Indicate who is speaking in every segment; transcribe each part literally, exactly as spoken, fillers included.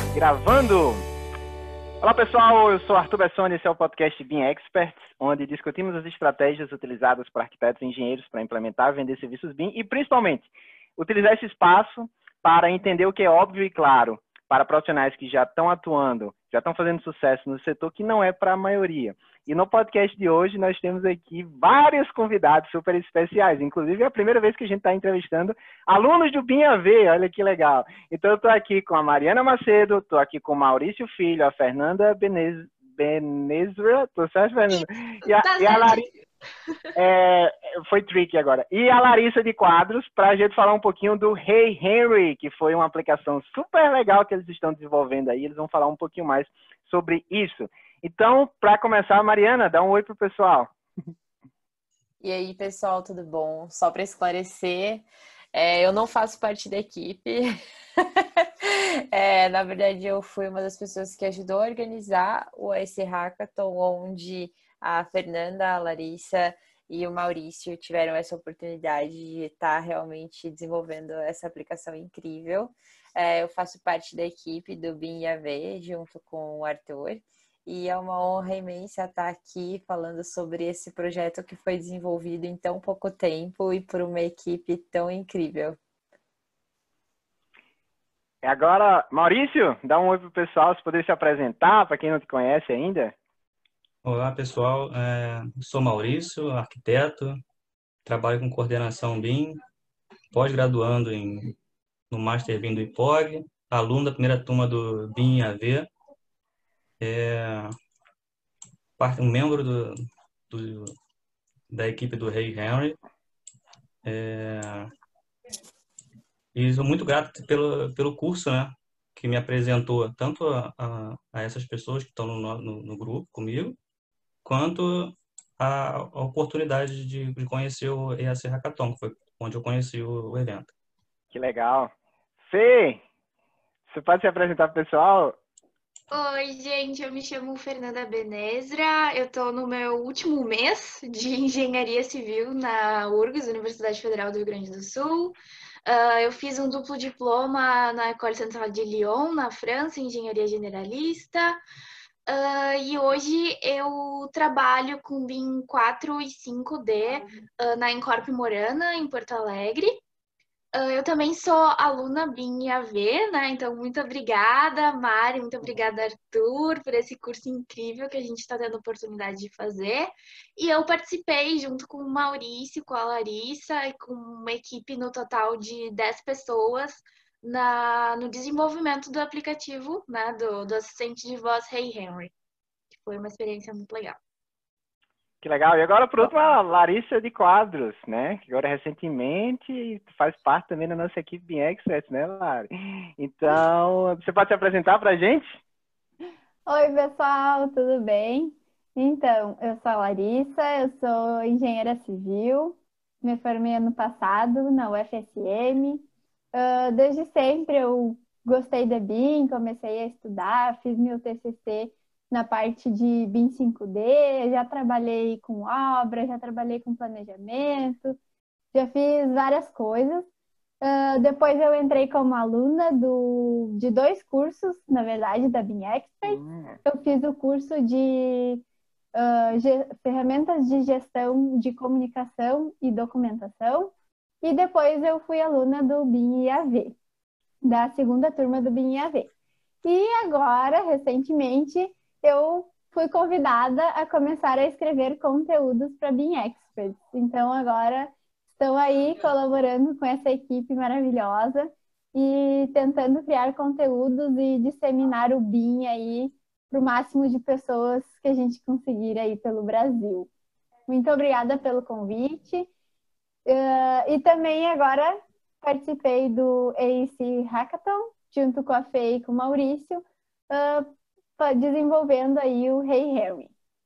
Speaker 1: Gravando! Olá pessoal, eu sou Arthur Bessoni, esse é o podcast B I M Experts, onde discutimos as estratégias utilizadas por arquitetos e engenheiros para implementar e vender serviços B I M e principalmente utilizar esse espaço para entender o que é óbvio e claro para profissionais que já estão atuando, já estão fazendo sucesso no setor que não é para a maioria. E no podcast de hoje nós temos aqui vários convidados super especiais, inclusive é a primeira vez que a gente está entrevistando alunos do B I M A V, olha que legal. Então eu estou aqui com a Mariana Macedo, estou aqui com o Maurício Filho, a Fernanda Benez... Benezra, tô certo, Fernanda? E a, e a Larissa... É, foi tricky agora. E a Larissa de Quadros, para a gente falar um pouquinho do Hey Henry, que foi uma aplicação super legal que eles estão desenvolvendo aí. Eles vão falar um pouquinho mais sobre isso. Então, para começar, Mariana, dá um oi pro pessoal.
Speaker 2: E aí, pessoal, tudo bom? Só para esclarecer, é, eu não faço parte da equipe. é, na verdade, eu fui uma das pessoas que ajudou a organizar o A C Hackathon, onde a Fernanda, a Larissa e o Maurício tiveram essa oportunidade de estar realmente desenvolvendo essa aplicação incrível. É, eu faço parte da equipe do B I M A V, junto com o Arthur. E é uma honra imensa estar aqui falando sobre esse projeto que foi desenvolvido em tão pouco tempo e por uma equipe tão incrível.
Speaker 1: E agora, Maurício, dá um oi pro pessoal, se poder se apresentar, para quem não te conhece ainda.
Speaker 3: Olá, pessoal. É, sou Maurício, arquiteto, trabalho com coordenação B I M, pós-graduando em, no Master B I M do I P O G, aluno da primeira turma do B I M A V, é, parte, um membro do, do, da equipe do Hey Henry. É, e sou muito grato pelo, pelo curso, né, que me apresentou tanto a, a, a essas pessoas que estão no, no, no grupo comigo, quanto a, a oportunidade de, de conhecer o E A C Hackathon, que foi onde eu conheci o, o evento.
Speaker 1: Que legal. Fê, você pode se apresentar pro pessoal?
Speaker 4: Oi, gente, eu me chamo Fernanda Benezra, eu estou no meu último mês de Engenharia Civil na U R G S, Universidade Federal do Rio Grande do Sul. Uh, eu fiz um duplo diploma na École Centrale de Lyon, na França, em Engenharia Generalista. Uh, e hoje eu trabalho com B I M quatro e cinco D uh, na Encorp Morana, em Porto Alegre. Uh, eu também sou aluna B I M A V, né? Então, muito obrigada, Mari, muito obrigada, Arthur, por esse curso incrível que a gente está tendo a oportunidade de fazer. E eu participei junto com o Maurício, com a Larissa e com uma equipe no total de dez pessoas na, no desenvolvimento do aplicativo, né? Do, do assistente de voz Hey Henry, que foi uma experiência muito legal.
Speaker 1: Que legal. E agora, por último, a Larissa de Quadros, né? Que agora recentemente faz parte também da nossa equipe B I M Experts, né, Lari? Então, você pode se apresentar para a gente?
Speaker 5: Oi, pessoal, tudo bem? Então, eu sou a Larissa, eu sou engenheira civil, me formei ano passado na U F S M. Uh, desde sempre eu gostei da B I M, comecei a estudar, fiz meu T C C na parte de B I M cinco D, já trabalhei com obra, já trabalhei com planejamento, já fiz várias coisas. Uh, depois eu entrei como aluna do, de dois cursos, na verdade, da B I M Experts.
Speaker 1: Hum.
Speaker 5: Eu fiz o curso de uh, ge- ferramentas de gestão de comunicação e documentação. E depois eu fui aluna do B I M A V, da segunda turma do B I M A V. E agora, recentemente, eu fui convidada a começar a escrever conteúdos para B I M Experts. Então, agora estou aí colaborando com essa equipe maravilhosa e tentando criar conteúdos e disseminar o B I M aí para o máximo de pessoas que a gente conseguir aí pelo Brasil. Muito obrigada pelo convite. Uh, e também agora participei do A C Hackathon, junto com a Fê e com o Maurício, uh, desenvolvendo aí o Hey Henry.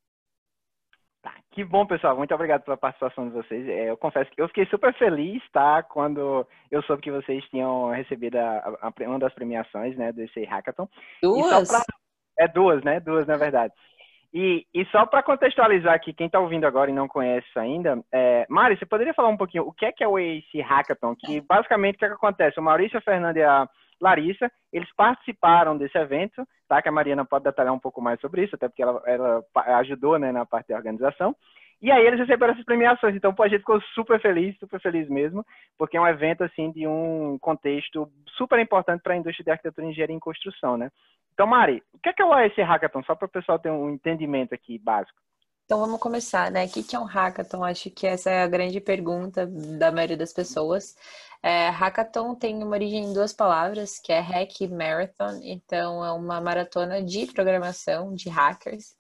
Speaker 1: Tá, que bom, pessoal. Muito obrigado pela participação de vocês. É, eu confesso que eu fiquei super feliz, tá? Quando eu soube que vocês tinham recebido a, a, uma das premiações, né, do A C Hackathon.
Speaker 2: Duas?
Speaker 1: Pra... É duas, né? Duas, na verdade. E, e só para contextualizar aqui, quem está ouvindo agora e não conhece isso ainda, é, Mari, você poderia falar um pouquinho o que é, que é o A C Hackathon? Que basicamente o que, é que acontece? O Maurício, a Fernanda e a Larissa, eles participaram desse evento, tá? Que a Mariana pode detalhar um pouco mais sobre isso, até porque ela, ela ajudou, né, na parte da organização. E aí eles receberam essas premiações, então pô, a gente ficou super feliz, super feliz mesmo, porque é um evento assim de um contexto super importante para a indústria de arquitetura, engenharia e construção, né? Então, Mari, o que é, que é o A S Hackathon? Só para o pessoal ter um entendimento aqui básico.
Speaker 2: Então vamos começar, né? O que é um hackathon? Acho que essa é a grande pergunta da maioria das pessoas. É, hackathon tem uma origem em duas palavras, que é hack e marathon. Então é uma maratona de programação, de hackers.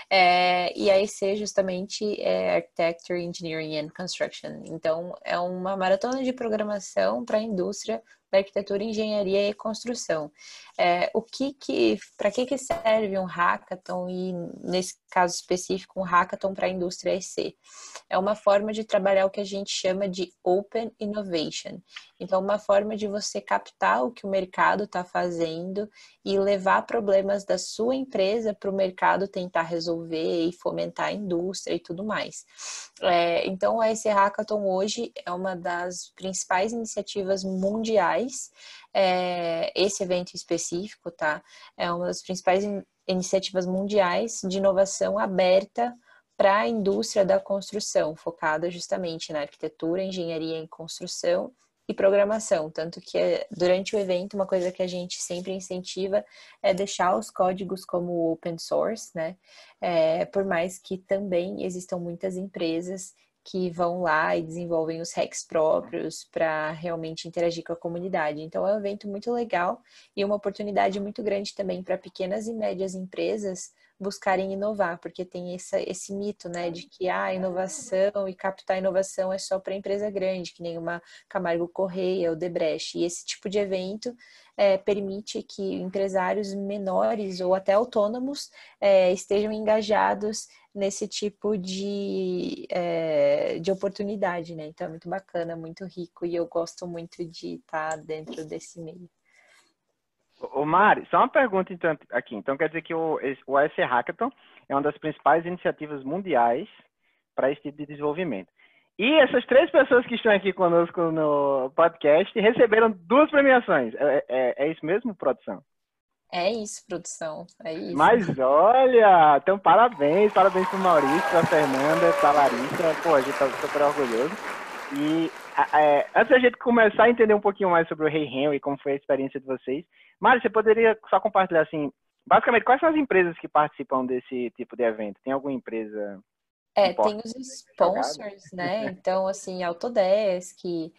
Speaker 2: É, e a I C justamente é Architecture, Engineering and Construction. Então é uma maratona de programação para a indústria da arquitetura, engenharia e construção. É, o que que, para que que serve um hackathon e, nesse caso específico, um hackathon para a indústria E C? É uma forma de trabalhar o que a gente chama de Open Innovation. Então, uma forma de você captar o que o mercado está fazendo e levar problemas da sua empresa para o mercado tentar resolver e fomentar a indústria e tudo mais. É, então, a esse Hackathon hoje é uma das principais iniciativas mundiais. É, esse evento específico, tá? É uma das principais in- iniciativas mundiais de inovação aberta para a indústria da construção, focada justamente na arquitetura, engenharia em construção e programação, tanto que durante o evento uma coisa que a gente sempre incentiva é deixar os códigos como open source, né? É, por mais que também existam muitas empresas que vão lá e desenvolvem os hacks próprios para realmente interagir com a comunidade. Então é um evento muito legal e uma oportunidade muito grande também para pequenas e médias empresas buscarem inovar, porque tem essa, esse mito, né, de que a ah, inovação e captar inovação é só para empresa grande, que nem uma Camargo Correia ou Debrecht. E esse tipo de evento é, permite que empresários menores ou até autônomos é, estejam engajados nesse tipo de, é, de oportunidade, né? Então é muito bacana, muito rico e eu gosto muito de estar dentro desse meio.
Speaker 1: Ô Mari, só uma pergunta então, aqui. Então quer dizer que o, o A S Hackathon é uma das principais iniciativas mundiais para esse tipo de desenvolvimento. E essas três pessoas que estão aqui conosco no podcast receberam duas premiações. É, é, é isso mesmo, produção?
Speaker 2: É isso, produção. É isso.
Speaker 1: Mas olha, então parabéns, parabéns para o Maurício, para a Fernanda, para a Larissa. Pô, a gente está super orgulhoso. E é, antes da gente começar a entender um pouquinho mais sobre o Rei Henry e como foi a experiência de vocês, Mari, você poderia só compartilhar, assim, basicamente, quais são as empresas que participam desse tipo de evento? Tem alguma empresa...
Speaker 2: É, tem os sponsors, né? Então, assim, Autodesk,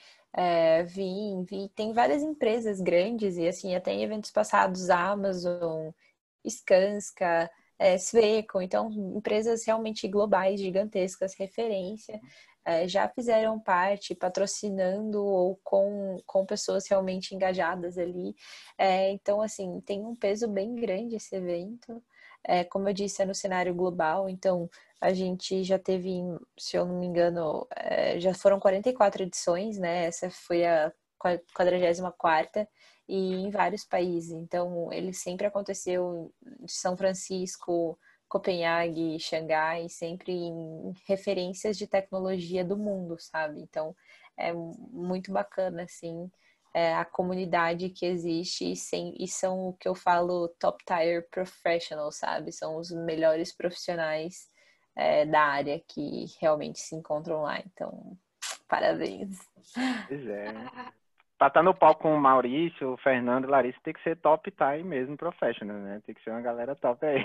Speaker 2: é, Vim, Vim, tem várias empresas grandes e, assim, até em eventos passados, Amazon, Skanska, é, Sweco, então, empresas realmente globais, gigantescas, referência, é, já fizeram parte patrocinando ou com, com pessoas realmente engajadas ali. É, então, assim, tem um peso bem grande esse evento. É, como eu disse, é no cenário global, então a gente já teve, se eu não me engano, é, já foram quarenta e quatro edições, né? Essa foi a quadragésima quarta e em vários países. Então, ele sempre aconteceu em São Francisco, Copenhague, Xangai, sempre em referências de tecnologia do mundo, sabe? Então, é muito bacana, assim, é, a comunidade que existe e, sem, e são o que eu falo top tier professionals, sabe? São os melhores profissionais é, da área que realmente se encontram lá. Então, parabéns.
Speaker 1: Pois é. Pra estar no palco com o Maurício, o Fernando e Larissa, tem que ser top tie mesmo professional, né? Tem que ser uma galera top aí.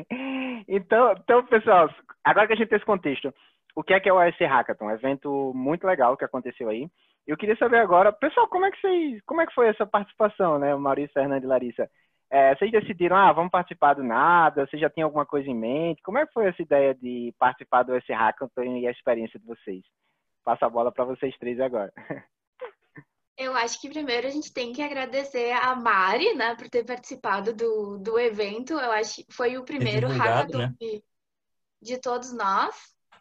Speaker 1: então, então, pessoal, agora que a gente tem esse contexto, o que é que é o A S Hackathon? Um evento muito legal que aconteceu aí. Eu queria saber agora, pessoal, como é que vocês, como é que foi essa participação, né? O Maurício, Fernando e Larissa. É, vocês decidiram, ah, vamos participar do nada? Vocês já tinham alguma coisa em mente? Como é que foi essa ideia de participar do A S Hackathon e a experiência de vocês? Passo a bola para vocês três agora.
Speaker 4: Eu acho que primeiro a gente tem que agradecer a Mari, né, por ter participado do, do evento. Eu acho que foi o primeiro hackathon, né, de, de todos nós.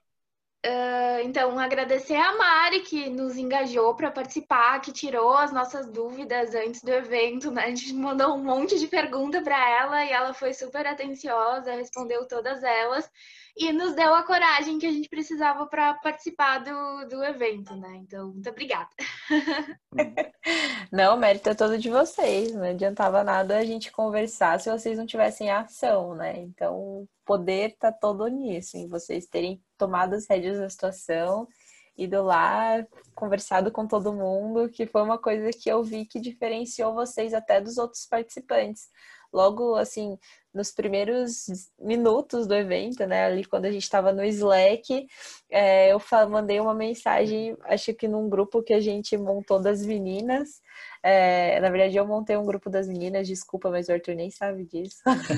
Speaker 4: Uh, então, agradecer a Mari, que nos engajou para participar, que tirou as nossas dúvidas antes do evento, né? A gente mandou um monte de pergunta para ela e ela foi super atenciosa, respondeu todas elas. e nos deu a coragem que a gente precisava para participar do, do evento, né? Então, muito obrigada.
Speaker 2: Não, o mérito é todo de vocês. Não adiantava nada a gente conversar se vocês não tivessem ação, né? Então, o poder tá todo nisso, em vocês terem tomado as rédeas da situação, ido lá, conversado com todo mundo, que foi uma coisa que eu vi que diferenciou vocês até dos outros participantes. Logo, assim, nos primeiros minutos do evento, né, ali quando a gente estava no Slack, é, eu mandei uma mensagem, acho que num grupo que a gente montou das meninas. É, na verdade, eu montei um grupo das meninas, desculpa, mas o Arthur nem sabe disso.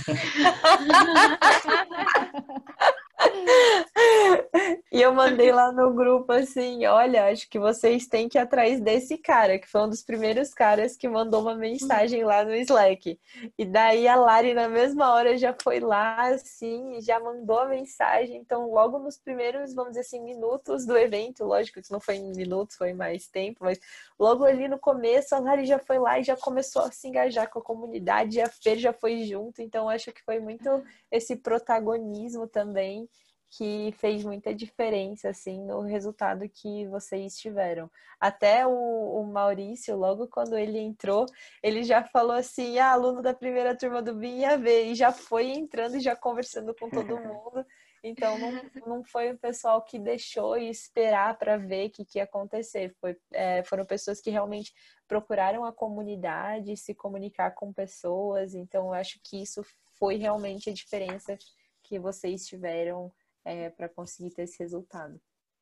Speaker 2: E eu mandei lá no grupo assim, olha, acho que vocês têm que ir atrás desse cara, que foi um dos primeiros caras que mandou uma mensagem lá no Slack. E daí a Lari, na mesma hora, já foi lá, assim, já mandou a mensagem. Então, logo nos primeiros, vamos dizer assim, minutos do evento, lógico que não foi em minutos, foi mais tempo, mas logo ali no começo, a Lari já foi lá e já começou a se engajar com a comunidade, e a Fer já foi junto. Então, acho que foi muito esse protagonismo também que fez muita diferença, assim, no resultado que vocês tiveram. Até o, o Maurício, logo quando ele entrou, ele já falou assim, ah, aluno da primeira turma do B I M A V, e já foi entrando e já conversando com todo mundo. Então, não, não foi o pessoal que deixou e esperar para ver o que, que ia acontecer. Foi, é, foram pessoas que realmente procuraram a comunidade, se comunicar com pessoas. Então, eu acho que isso foi realmente a diferença que vocês tiveram É, para conseguir ter esse resultado.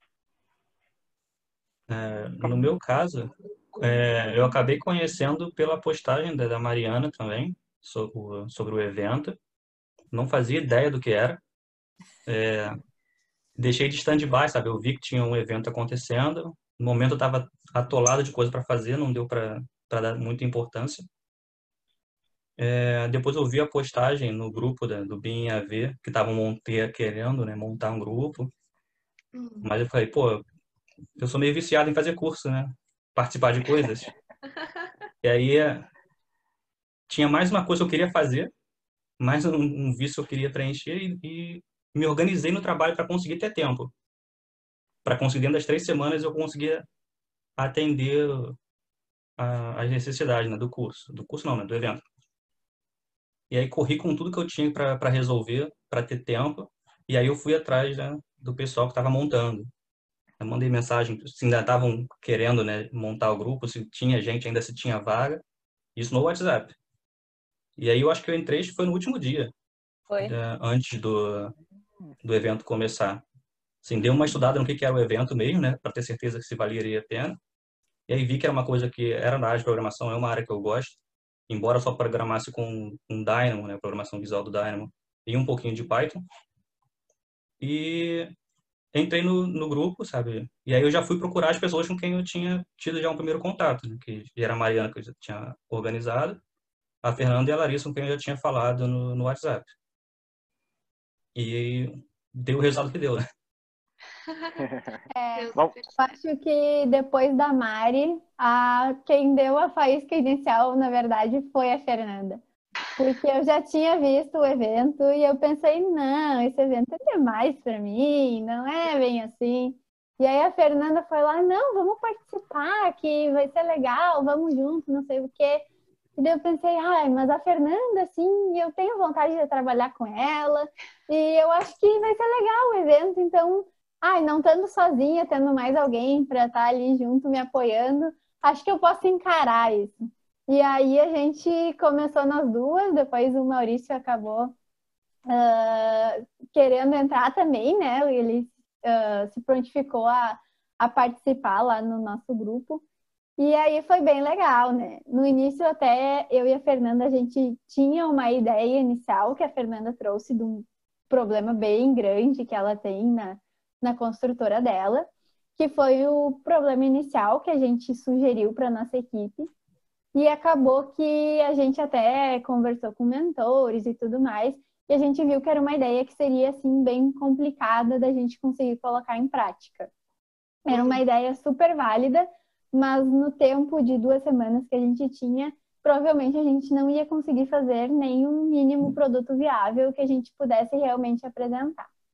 Speaker 3: É, no meu caso, é, eu acabei conhecendo pela postagem da, da Mariana também sobre o, sobre o evento. Não fazia ideia do que era. É, deixei de stand-by, sabe? Eu vi que tinha um evento acontecendo. No momento eu estava atolado de coisa para fazer, não deu para dar muita importância. É, depois eu vi a postagem no grupo da, do B I M A V, que estavam querendo, né, montar um grupo. Mas eu falei, pô, eu sou meio viciado em fazer curso, né? Participar de coisas. E aí tinha mais uma coisa que eu queria fazer, mais um, um vício que eu queria preencher e, e me organizei no trabalho para conseguir ter tempo. Para conseguir, dentro das três semanas, eu conseguia atender a, as necessidades, né, do curso. Do curso não, né? Do evento. E aí corri com tudo que eu tinha para resolver, para ter tempo. E aí eu fui atrás, né, do pessoal que estava montando. Eu mandei mensagem se ainda estavam querendo, né, montar o grupo, se tinha gente, ainda se tinha vaga. Isso no WhatsApp. E aí eu acho que eu entrei, acho que foi no último dia,
Speaker 2: Foi?
Speaker 3: né, antes do, do evento começar. Assim, dei uma estudada no que que era o evento mesmo, né, para ter certeza que se valeria a pena. E aí vi que era uma coisa que era na área de programação, é uma área que eu gosto. Embora eu só programasse com, com Dynamo, né, programação visual do Dynamo, e um pouquinho de Python. E entrei no, no grupo, sabe? E aí eu já fui procurar as pessoas com quem eu tinha tido já um primeiro contato, né, que era a Mariana, que eu já tinha organizado, a Fernanda e a Larissa, com quem eu já tinha falado no, no WhatsApp. E deu o resultado que deu, né?
Speaker 5: É,
Speaker 4: Deu
Speaker 5: eu
Speaker 4: super certo.
Speaker 5: acho que depois da Mari, a, quem deu a faísca inicial, na verdade, foi a Fernanda. Porque eu já tinha visto o evento e eu pensei, não, esse evento é demais para mim, não é bem assim. E aí a Fernanda foi lá, não, vamos participar, que vai ser legal, vamos junto, não sei o quê. E daí eu pensei, ai, mas a Fernanda, assim, eu tenho vontade de trabalhar com ela e eu acho que vai ser legal o evento, então, ai, não estando sozinha, tendo mais alguém para estar ali junto me apoiando, acho que eu posso encarar isso. E aí a gente começou nas duas, depois o Maurício acabou uh, querendo entrar também, né? Ele uh, se prontificou a, a participar lá no nosso grupo. E aí foi bem legal, né? No início até eu e a Fernanda, a gente tinha uma ideia inicial que a Fernanda trouxe de um problema bem grande que ela tem na, na construtora dela, que foi o problema inicial que a gente sugeriu para a nossa equipe. E acabou que a gente até conversou com mentores e tudo mais, e a gente viu que era uma ideia que seria, assim, bem complicada da gente conseguir colocar em prática. Era uma ideia super válida, mas no tempo de duas semanas que a gente tinha, provavelmente a gente não ia conseguir fazer nenhum mínimo produto viável que a gente pudesse realmente apresentar.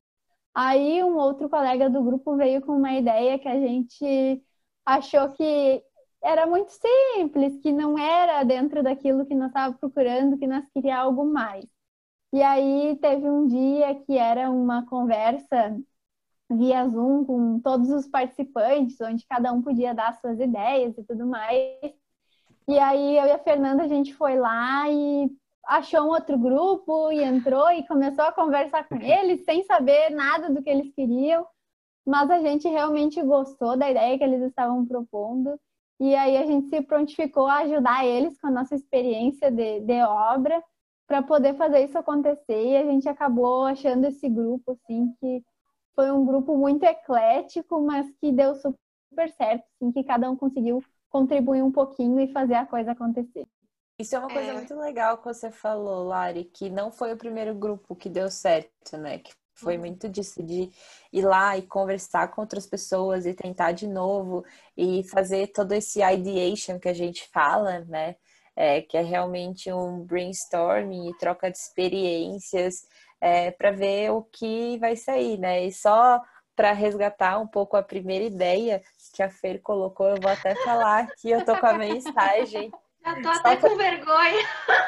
Speaker 5: Aí um outro colega do grupo veio com uma ideia que a gente achou que era muito simples, que não era dentro daquilo que nós estávamos procurando, que nós queríamos algo mais. E aí teve um dia que era uma conversa via Zoom com todos os participantes, onde cada um podia dar suas ideias e tudo mais. E aí eu e a Fernanda, a gente foi lá e achou um outro grupo e entrou e começou a conversar com eles sem saber nada do que eles queriam, mas a gente realmente gostou da ideia que eles estavam propondo e aí a gente se prontificou a ajudar eles com a nossa experiência de, de obra para poder fazer isso acontecer e a gente acabou achando esse grupo, assim, que foi um grupo muito eclético, mas que deu super certo, assim, que cada um conseguiu contribuir um pouquinho e fazer a coisa acontecer.
Speaker 2: Isso é uma coisa
Speaker 4: É.
Speaker 2: muito legal que você falou, Lari, que não foi o primeiro grupo que deu certo, né? Que foi muito disso, de ir lá e conversar com outras pessoas e tentar de novo e fazer todo esse ideation que a gente fala, né? É, que é realmente um brainstorming e troca de experiências é, para ver o que vai sair, né? E só para resgatar um pouco a primeira ideia que a Fer colocou, eu vou até falar que eu tô com a mensagem.
Speaker 4: Já tô até com vergonha.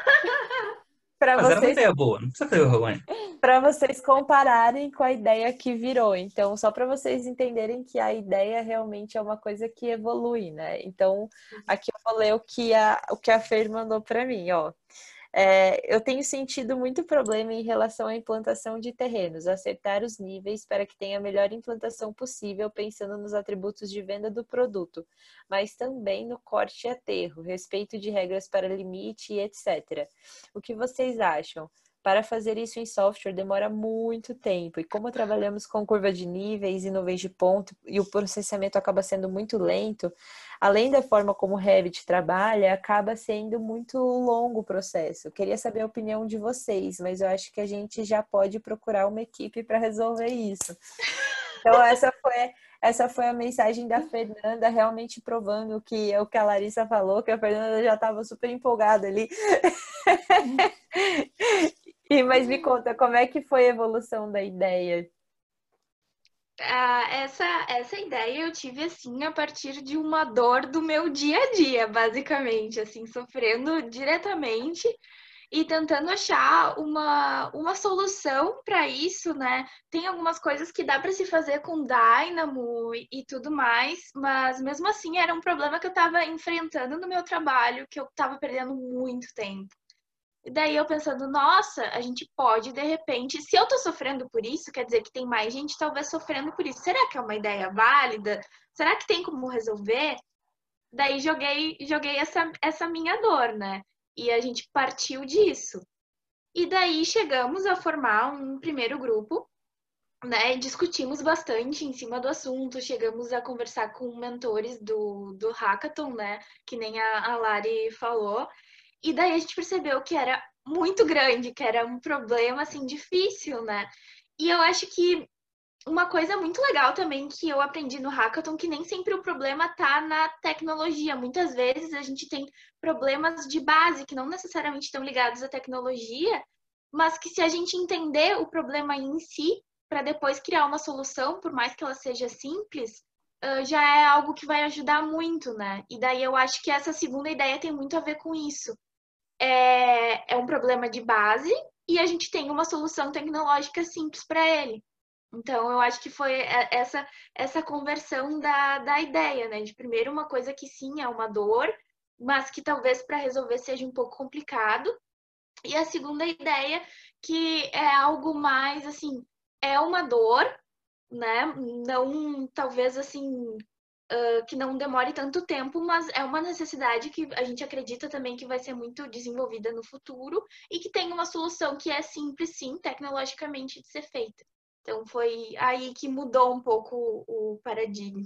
Speaker 2: Para
Speaker 3: Mas era uma
Speaker 2: vocês,
Speaker 3: ideia boa, não precisa ter vergonha.
Speaker 2: para vocês compararem com a ideia que virou. Então, só para vocês entenderem que a ideia realmente é uma coisa que evolui, né? Então, aqui eu vou ler o que a, o que a Fer mandou para mim, ó. É, eu tenho sentido muito problema em relação à implantação de terrenos, acertar os níveis para que tenha a melhor implantação possível, pensando nos atributos de venda do produto, mas também no corte e aterro, respeito de regras para limite e etcétera. O que vocês acham? Para fazer isso em software demora muito tempo, e como trabalhamos com curva de níveis e nuvens de ponto, e o processamento acaba sendo muito lento, além da forma como o Revit trabalha, acaba sendo muito longo o processo. Eu queria saber a opinião de vocês, mas eu acho que a gente já pode procurar uma equipe para resolver isso. Então, essa foi, essa foi a mensagem da Fernanda, realmente provando que é o que a Larissa falou, que a Fernanda já estava super empolgada ali. E, mas me conta, como é que foi a evolução da ideia?
Speaker 4: Ah, essa, essa ideia eu tive, assim, a partir de uma dor do meu dia a dia, basicamente, assim, sofrendo diretamente e tentando achar uma, uma solução para isso, né? Tem algumas coisas que dá para se fazer com Dynamo e, e tudo mais, mas mesmo assim era um problema que eu estava enfrentando no meu trabalho, que eu estava perdendo muito tempo. E daí eu pensando, nossa, a gente pode, de repente, se eu tô sofrendo por isso, quer dizer que tem mais gente talvez sofrendo por isso. Será que é uma ideia válida? Será que tem como resolver? Daí joguei, joguei essa, essa minha dor, né? E a gente partiu disso. E daí chegamos a formar um primeiro grupo, né? Discutimos bastante em cima do assunto, chegamos a conversar com mentores do, do Hackathon, né? Que nem a, a Lari falou. E daí a gente percebeu que era muito grande, que era um problema, assim, difícil, né? E eu acho que uma coisa muito legal também que eu aprendi no Hackathon, que nem sempre o problema tá na tecnologia. Muitas vezes a gente tem problemas de base, que não necessariamente estão ligados à tecnologia, mas que se a gente entender o problema em si, para depois criar uma solução, por mais que ela seja simples, já é algo que vai ajudar muito, né? E daí eu acho que essa segunda ideia tem muito a ver com isso. É, é um problema de base e a gente tem uma solução tecnológica simples para ele. Então, eu acho que foi essa, essa conversão da, da ideia, né? De primeiro uma coisa que sim é uma dor, mas que talvez para resolver seja um pouco complicado. E a segunda ideia que é algo mais assim, é uma dor, né? Não, talvez assim, Uh, que não demore tanto tempo, mas é uma necessidade que a gente acredita também que vai ser muito desenvolvida no futuro e que tem uma solução que é simples, sim, tecnologicamente de ser feita. Então foi aí que mudou um pouco o, o paradigma.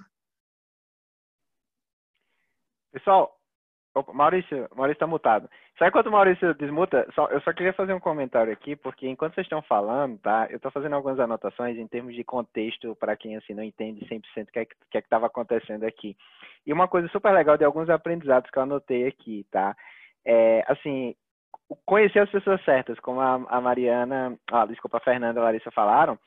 Speaker 1: Pessoal, opa, Maurício, Maurício tá mutado. Sabe quando o Maurício desmuta? Só, eu só queria fazer um comentário aqui, porque enquanto vocês estão falando, tá? Eu tô fazendo algumas anotações em termos de contexto para quem assim não entende cem por cento o que é que que é estava acontecendo aqui. E uma coisa super legal de alguns aprendizados que eu anotei aqui, tá? É, assim, conhecer as pessoas certas, como a, a Mariana, ah, desculpa, a Fernanda e a Larissa falaram,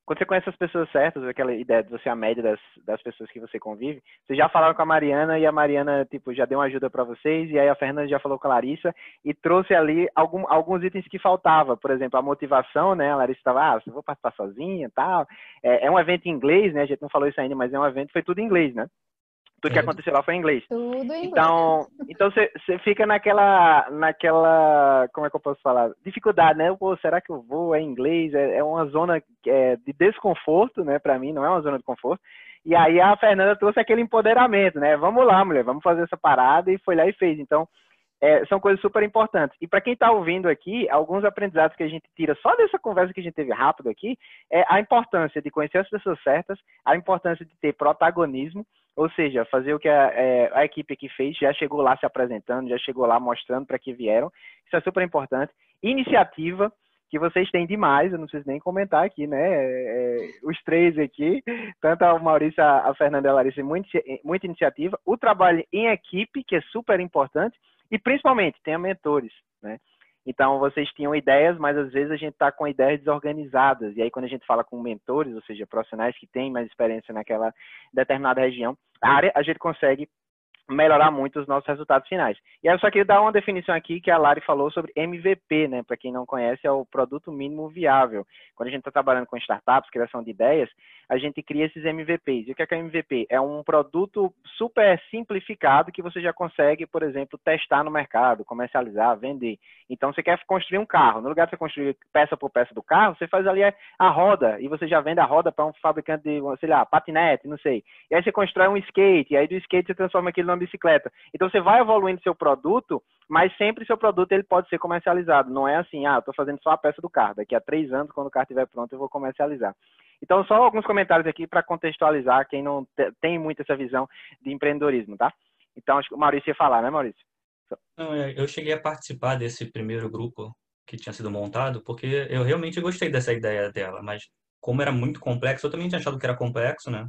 Speaker 1: quando você conhece as pessoas certas, aquela ideia de você a média das, das pessoas que você convive, vocês já falaram com a Mariana e a Mariana, tipo, já deu uma ajuda para vocês, e aí a Fernanda já falou com a Larissa e trouxe ali algum, alguns itens que faltava. Por exemplo, a motivação, né? A Larissa estava, ah, eu vou participar sozinha e tal. É, é um evento em inglês, né? A gente não falou isso ainda, mas é um evento, foi tudo em inglês, né? Tudo que aconteceu lá foi em inglês.
Speaker 5: Tudo em inglês.
Speaker 1: Então, então você, você fica naquela, naquela, como é que eu posso falar? Dificuldade, né? Pô, será que eu vou? É em inglês? É, é uma zona é, de desconforto, né? Para mim, não é uma zona de conforto. E aí a Fernanda trouxe aquele empoderamento, né? Vamos lá, mulher, vamos fazer essa parada, e foi lá e fez. Então, é, são coisas super importantes. E para quem está ouvindo aqui, alguns aprendizados que a gente tira só dessa conversa que a gente teve rápido aqui, é a importância de conhecer as pessoas certas, a importância de ter protagonismo, ou seja, fazer o que a, é, a equipe aqui fez, já chegou lá se apresentando, já chegou lá mostrando para que vieram. Isso é super importante. Iniciativa, que vocês têm demais, eu não preciso nem comentar aqui, né? É, os três aqui, tanto a Maurício, a Fernanda e a Larissa, muita, muita iniciativa. O trabalho em equipe, que é super importante. E, principalmente, tenha mentores, né? Então, vocês tinham ideias, mas às vezes a gente está com ideias desorganizadas. E aí, quando a gente fala com mentores, ou seja, profissionais que têm mais experiência naquela determinada região, área, a gente consegue melhorar muito os nossos resultados finais. E aí eu só queria dar uma definição aqui que a Lari falou sobre M V P, né? Para quem não conhece, é o produto mínimo viável. Quando a gente está trabalhando com startups, criação de ideias, a gente cria esses M V Ps. E o que é, que é M V P? É um produto super simplificado que você já consegue, por exemplo, testar no mercado, comercializar, vender. Então, você quer construir um carro. No lugar de você construir peça por peça do carro, você faz ali a roda e você já vende a roda para um fabricante de, sei lá, patinete, não sei. E aí você constrói um skate, e aí do skate você transforma aquilo numa bicicleta. Então, você vai evoluindo seu produto, mas sempre seu produto ele pode ser comercializado. Não é assim, ah, eu estou fazendo só a peça do carro. Daqui a três anos, quando o carro estiver pronto, eu vou comercializar. Então, só alguns comentários aqui para contextualizar quem não tem muito essa visão de empreendedorismo, tá? Então, acho que o Maurício ia falar, né, Maurício?
Speaker 3: Não, eu cheguei a participar desse primeiro grupo que tinha sido montado, porque eu realmente gostei dessa ideia dela, mas como era muito complexo, eu também tinha achado que era complexo, né?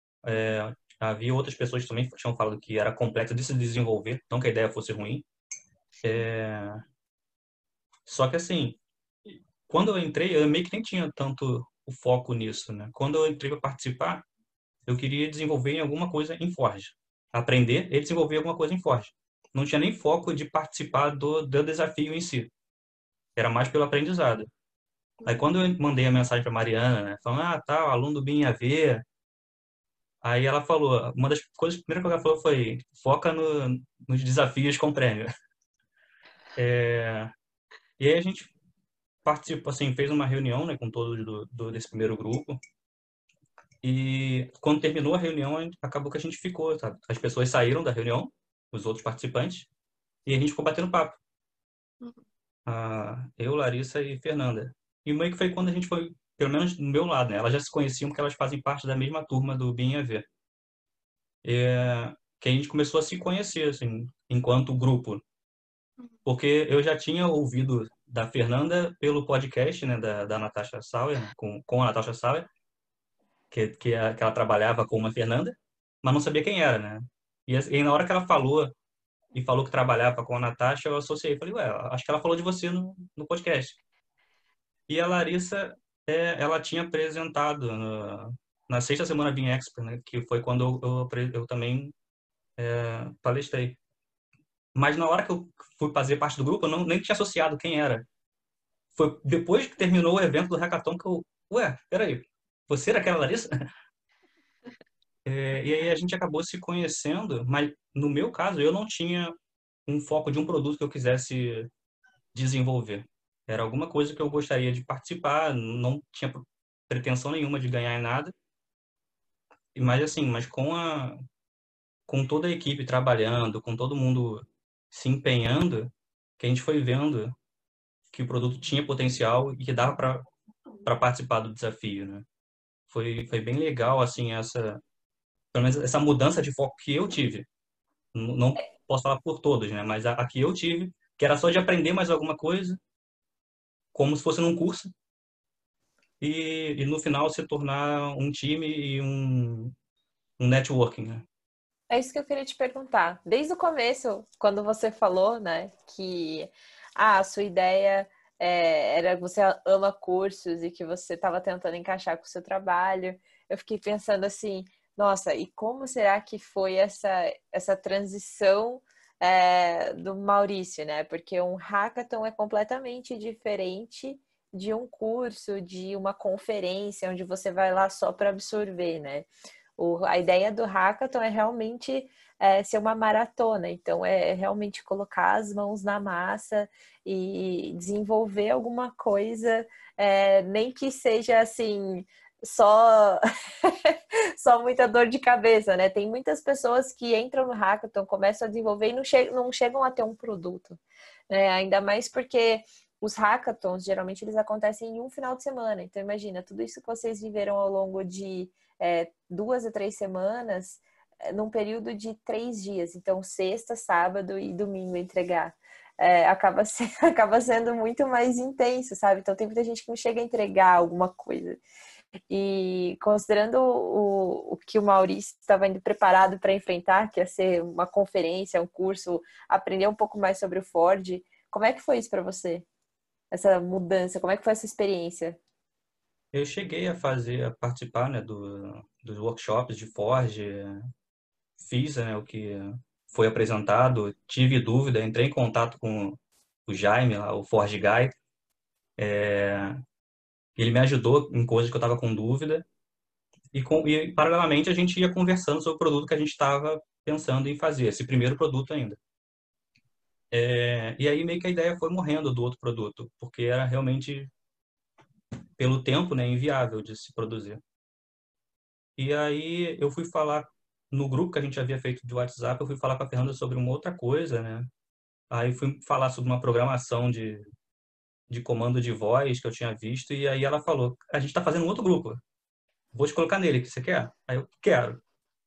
Speaker 3: É, havia outras pessoas que também tinham falado que era complexo de se desenvolver, não que a ideia fosse ruim. É... Só que assim, quando eu entrei, eu meio que nem tinha tanto o foco nisso, né? Quando eu entrei para participar, eu queria desenvolver em alguma coisa em Forge. Aprender e desenvolver alguma coisa em Forge. Não tinha nem foco de participar do, do desafio em si. Era mais pelo aprendizado. Aí quando eu mandei a mensagem para Mariana, né, falando, ah, tá, o aluno do B I M A V, aí ela falou, uma das coisas, a primeira coisa que ela falou foi, foca no, nos desafios com prêmio. É, e aí a gente participou, assim, fez uma reunião, né, com todos do, do, desse primeiro grupo, e quando terminou a reunião, acabou que a gente ficou, sabe? As pessoas saíram da reunião, os outros participantes, e a gente ficou batendo papo. Ah, eu, Larissa e Fernanda. E meio que foi quando a gente foi, pelo menos do meu lado, né? Elas já se conheciam porque elas fazem parte da mesma turma do B I M A V. É, que a gente começou a se conhecer, assim, enquanto grupo. Porque eu já tinha ouvido da Fernanda pelo podcast, né, da, da Natasha Sauer, né, com, com a Natasha Sauer, que, que, a, que ela trabalhava com uma Fernanda, mas não sabia quem era, né? E, e na hora que ela falou, e falou que trabalhava com a Natasha, eu associei. Falei, ué, acho que ela falou de você no, no podcast. E a Larissa, é, ela tinha apresentado no, na sexta semana B I M Expert, né, que foi quando eu, eu, eu também é, palestrei. Mas na hora que eu fui fazer parte do grupo, eu não, nem tinha associado quem era. Foi depois que terminou o evento do Hackathon que eu... Ué, peraí, você era aquela Larissa? É, e aí a gente acabou se conhecendo, mas no meu caso, eu não tinha um foco de um produto que eu quisesse desenvolver. Era alguma coisa que eu gostaria de participar, não tinha pretensão nenhuma de ganhar em nada. Mas assim, mas com a com toda a equipe trabalhando, com todo mundo se empenhando, que a gente foi vendo que o produto tinha potencial e que dava para para participar do desafio, né? Foi foi bem legal assim essa pelo menos essa mudança de foco que eu tive. N- Não posso falar por todos, né? Mas a, a que eu tive, que era só de aprender mais alguma coisa, como se fosse num curso, e, e no final se tornar um time e um, um networking, né?
Speaker 2: É isso que eu queria te perguntar. Desde o começo, quando você falou, né, que ah, a sua ideia é, era você ama cursos e que você estava tentando encaixar com o seu trabalho. Eu fiquei pensando assim, nossa, e como será que foi essa, essa transição é, do Maurício, né? Porque um hackathon é completamente diferente de um curso, de uma conferência, onde você vai lá só para absorver, né? O, a ideia do hackathon é realmente é, ser uma maratona, então é realmente colocar as mãos na massa e desenvolver alguma coisa, é, nem que seja assim, só só muita dor de cabeça, né? Tem muitas pessoas que entram no hackathon, começam a desenvolver e não, che não chegam a ter um produto, né? Ainda mais porque os hackathons, geralmente, eles acontecem em um final de semana. Então, imagina, tudo isso que vocês viveram ao longo de é, duas a três semanas, é, num período de três dias. Então, sexta, sábado e domingo entregar. É, acaba, se, acaba sendo muito mais intenso, sabe? Então, tem muita gente que não chega a entregar alguma coisa. E considerando o, o que o Maurício estava indo preparado para enfrentar, que ia ser uma conferência, um curso, aprender um pouco mais sobre o Ford, como é que foi isso para você? Essa mudança, como é que foi essa experiência?
Speaker 3: Eu cheguei a fazer, a participar, né, do, dos workshops de Ford, fiz, né, o que foi apresentado, tive dúvida, entrei em contato com o Jaime, lá, o Ford Guy. É, ele me ajudou em coisas que eu estava com dúvida e, com, e, paralelamente, a gente ia conversando sobre o produto que a gente estava pensando em fazer, esse primeiro produto ainda. É, e aí meio que a ideia foi morrendo do outro produto, porque era realmente, pelo tempo, né, inviável de se produzir. E aí eu fui falar no grupo que a gente havia feito de WhatsApp, eu fui falar com a Fernanda sobre uma outra coisa, né? Aí fui falar sobre uma programação de, de comando de voz que eu tinha visto, e aí ela falou, a gente está fazendo um outro grupo, vou te colocar nele, que você quer? Aí eu, quero.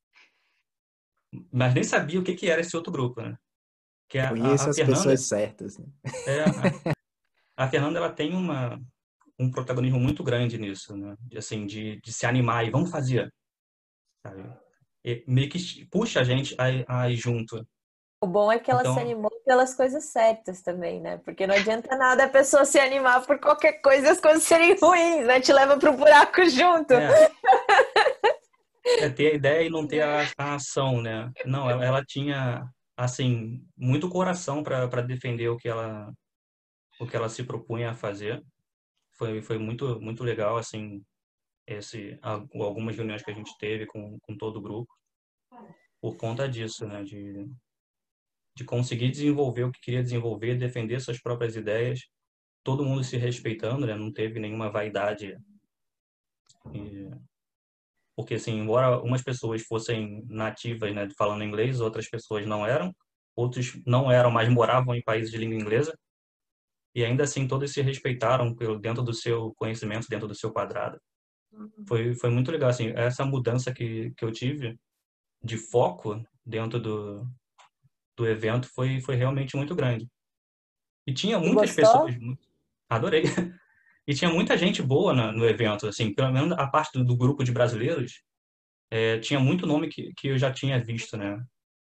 Speaker 3: Mas nem sabia o que que era esse outro grupo, né? Que a, a,
Speaker 6: Conheço
Speaker 3: a
Speaker 6: as
Speaker 3: Fernanda,
Speaker 6: pessoas certas, né?
Speaker 3: é, a, a Fernanda, ela tem uma, um protagonismo muito grande nisso, né? De, assim, de, de se animar e vamos fazer, sabe? E meio que puxa a gente a, a ir junto.
Speaker 2: O bom é que ela se
Speaker 3: Então,
Speaker 2: animou pelas coisas certas também, né? Porque não adianta nada a pessoa se animar por qualquer coisa e as coisas serem ruins, né? Te leva para o buraco junto.
Speaker 3: é, é ter a ideia e não ter a, a ação, né? Não, ela, ela tinha, assim, muito coração para para defender o que ela o que ela se propunha a fazer. Foi foi muito muito legal, assim, esse algumas reuniões que a gente teve com com todo o grupo por conta disso, né? De de conseguir desenvolver o que queria desenvolver, defender suas próprias ideias, todo mundo se respeitando, né? Não teve nenhuma vaidade. E, porque, assim, embora umas pessoas fossem nativas, né, falando inglês, outras pessoas não eram, outros não eram, mas moravam em países de língua inglesa, e ainda assim todos se respeitaram pelo, dentro do seu conhecimento, dentro do seu quadrado. Foi, foi muito legal, assim, essa mudança que, que eu tive de foco dentro do, do evento foi, foi realmente muito grande. E tinha
Speaker 2: E
Speaker 3: muitas
Speaker 2: gostou?
Speaker 3: pessoas, adorei, e tinha muita gente boa na, no evento, assim, pelo menos a parte do, do grupo de brasileiros, é, tinha muito nome que, que eu já tinha visto, né?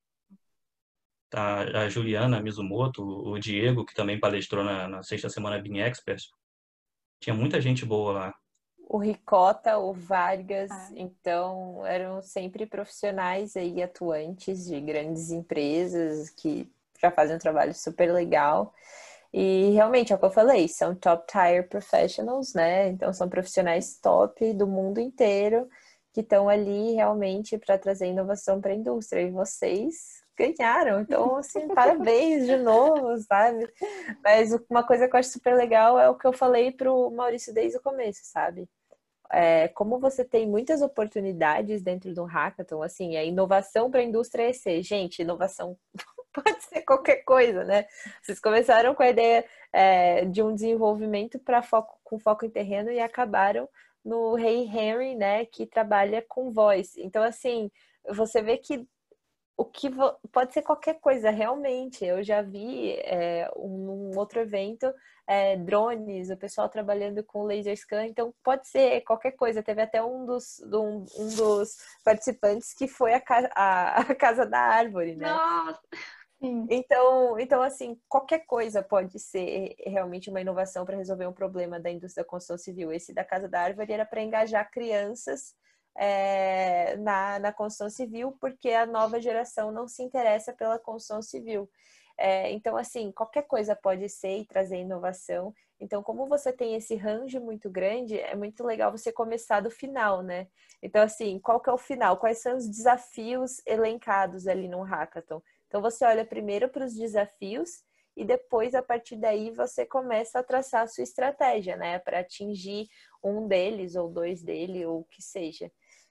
Speaker 3: A, a Juliana Mizumoto, o Diego, que também palestrou na, na sexta semana Bean Expert. Tinha muita gente boa lá.
Speaker 2: O Ricota, o Vargas,
Speaker 5: Ah.
Speaker 2: então eram sempre profissionais aí atuantes de grandes empresas que já fazem um trabalho super legal. E realmente, é o que eu falei, são top tier professionals, né? Então são profissionais top do mundo inteiro que estão ali realmente para trazer inovação para a indústria. E vocês ganharam. Então, assim, parabéns de novo, sabe? Mas uma coisa que eu acho super legal é o que eu falei pro Maurício desde o começo, sabe? É, como você tem muitas oportunidades dentro do hackathon, assim, a inovação para a indústria é ser, gente, inovação pode ser qualquer coisa, né? Vocês começaram com a ideia é, de um desenvolvimento para foco, com foco em terreno e acabaram no Hey Henry, né, que trabalha com voz. Então, assim, você vê que o que pode ser qualquer coisa, realmente. Eu já vi é, um, um outro evento, é, drones, o pessoal trabalhando com laser scan, então pode ser qualquer coisa. Teve até um dos, um, um dos participantes que foi a, a, a Casa da Árvore, né?
Speaker 4: Nossa!
Speaker 5: Sim.
Speaker 2: Então, então, assim, qualquer coisa pode ser realmente uma inovação para resolver um problema da indústria da construção civil. Esse da Casa da Árvore era para engajar crianças é, na, na construção civil, porque a nova geração não se interessa pela construção civil. É, então, assim, qualquer coisa pode ser e trazer inovação. Então, como você tem esse range muito grande, é muito legal você começar do final, né? Então, assim, qual que é o final? Quais são os desafios elencados ali no hackathon? Então, você olha primeiro para os desafios e depois, a partir daí, você começa a traçar a sua estratégia, né? Para atingir um deles ou dois dele ou o que seja.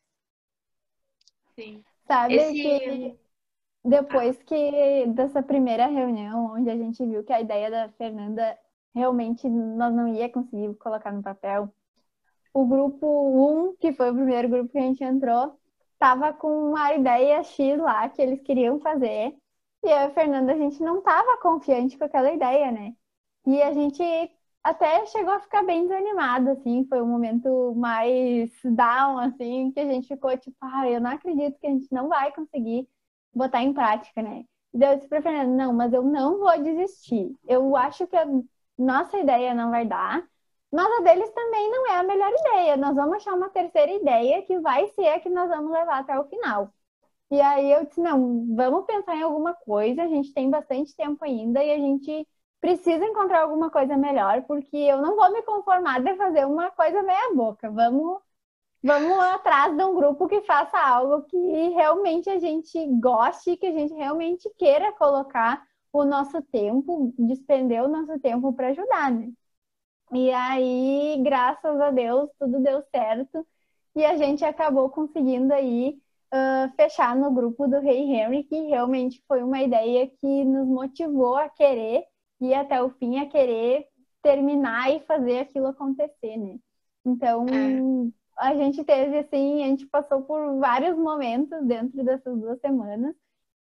Speaker 4: Sim.
Speaker 5: Sabe
Speaker 4: Esse...
Speaker 5: que depois que dessa primeira reunião, onde a gente viu que a ideia da Fernanda realmente nós não ia conseguir colocar no papel, o grupo um, que foi o primeiro grupo que a gente entrou, estava com uma ideia X lá que eles queriam fazer. E eu e a Fernanda, a gente não estava confiante com aquela ideia, né? E a gente até chegou a ficar bem desanimado, assim. Foi um momento mais down, assim, que a gente ficou tipo, ah, eu não acredito que a gente não vai conseguir botar em prática, né? E daí eu disse pra Fernanda, não, mas eu não vou desistir. Eu acho que a nossa ideia não vai dar, mas a deles também não é a melhor ideia. Nós vamos achar uma terceira ideia que vai ser a que nós vamos levar até o final. E aí eu disse, não, vamos pensar em alguma coisa, a gente tem bastante tempo ainda e a gente precisa encontrar alguma coisa melhor, porque eu não vou me conformar de fazer uma coisa meia boca. Vamos, vamos atrás de um grupo que faça algo que realmente a gente goste, que a gente realmente queira colocar o nosso tempo, despender o nosso tempo para ajudar, né? E aí, graças a Deus, tudo deu certo e a gente acabou conseguindo aí uh, fechar no grupo do Rei Henry, que realmente foi uma ideia que nos motivou a querer ir até o fim, a querer terminar e fazer aquilo acontecer, né? Então,
Speaker 4: É.
Speaker 5: a gente teve assim, a gente passou por vários momentos dentro dessas duas semanas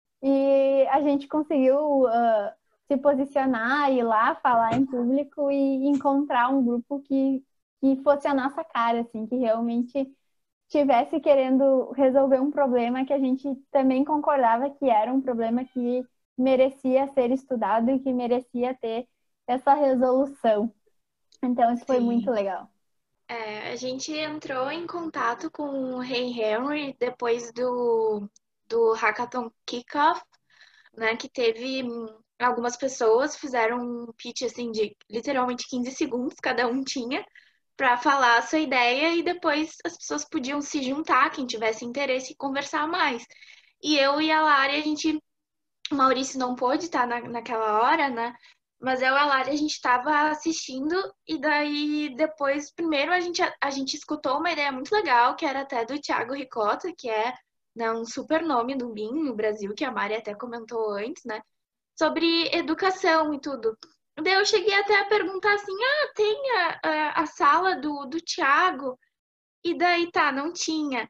Speaker 5: e a gente conseguiu uh, se posicionar, ir lá, falar em público e encontrar um grupo que, que fosse a nossa cara, assim, que realmente tivesse querendo resolver um problema que a gente também concordava que era um problema que merecia ser estudado e que merecia ter essa resolução. Então, isso foi
Speaker 4: Sim.
Speaker 5: muito legal.
Speaker 4: É, a gente entrou em contato com o Rei Henry depois do, do Hackathon Kickoff, né, que teve hum, algumas pessoas fizeram um pitch assim de literalmente quinze segundos, cada um tinha, para falar a sua ideia e depois as pessoas podiam se juntar, quem tivesse interesse, e conversar mais. E eu e a Lari, a gente, o Maurício não pôde estar na, naquela hora, né? Mas eu e a Lari, a gente estava assistindo e daí depois, primeiro a gente, a gente escutou uma ideia muito legal, que era até do Thiago Ricota, que é, né, um super nome do B I M no Brasil, que a Mari até comentou antes, né? Sobre educação e tudo. Daí eu cheguei até a perguntar assim, ah, tem a, a, a sala do, do Thiago? E daí tá, não tinha.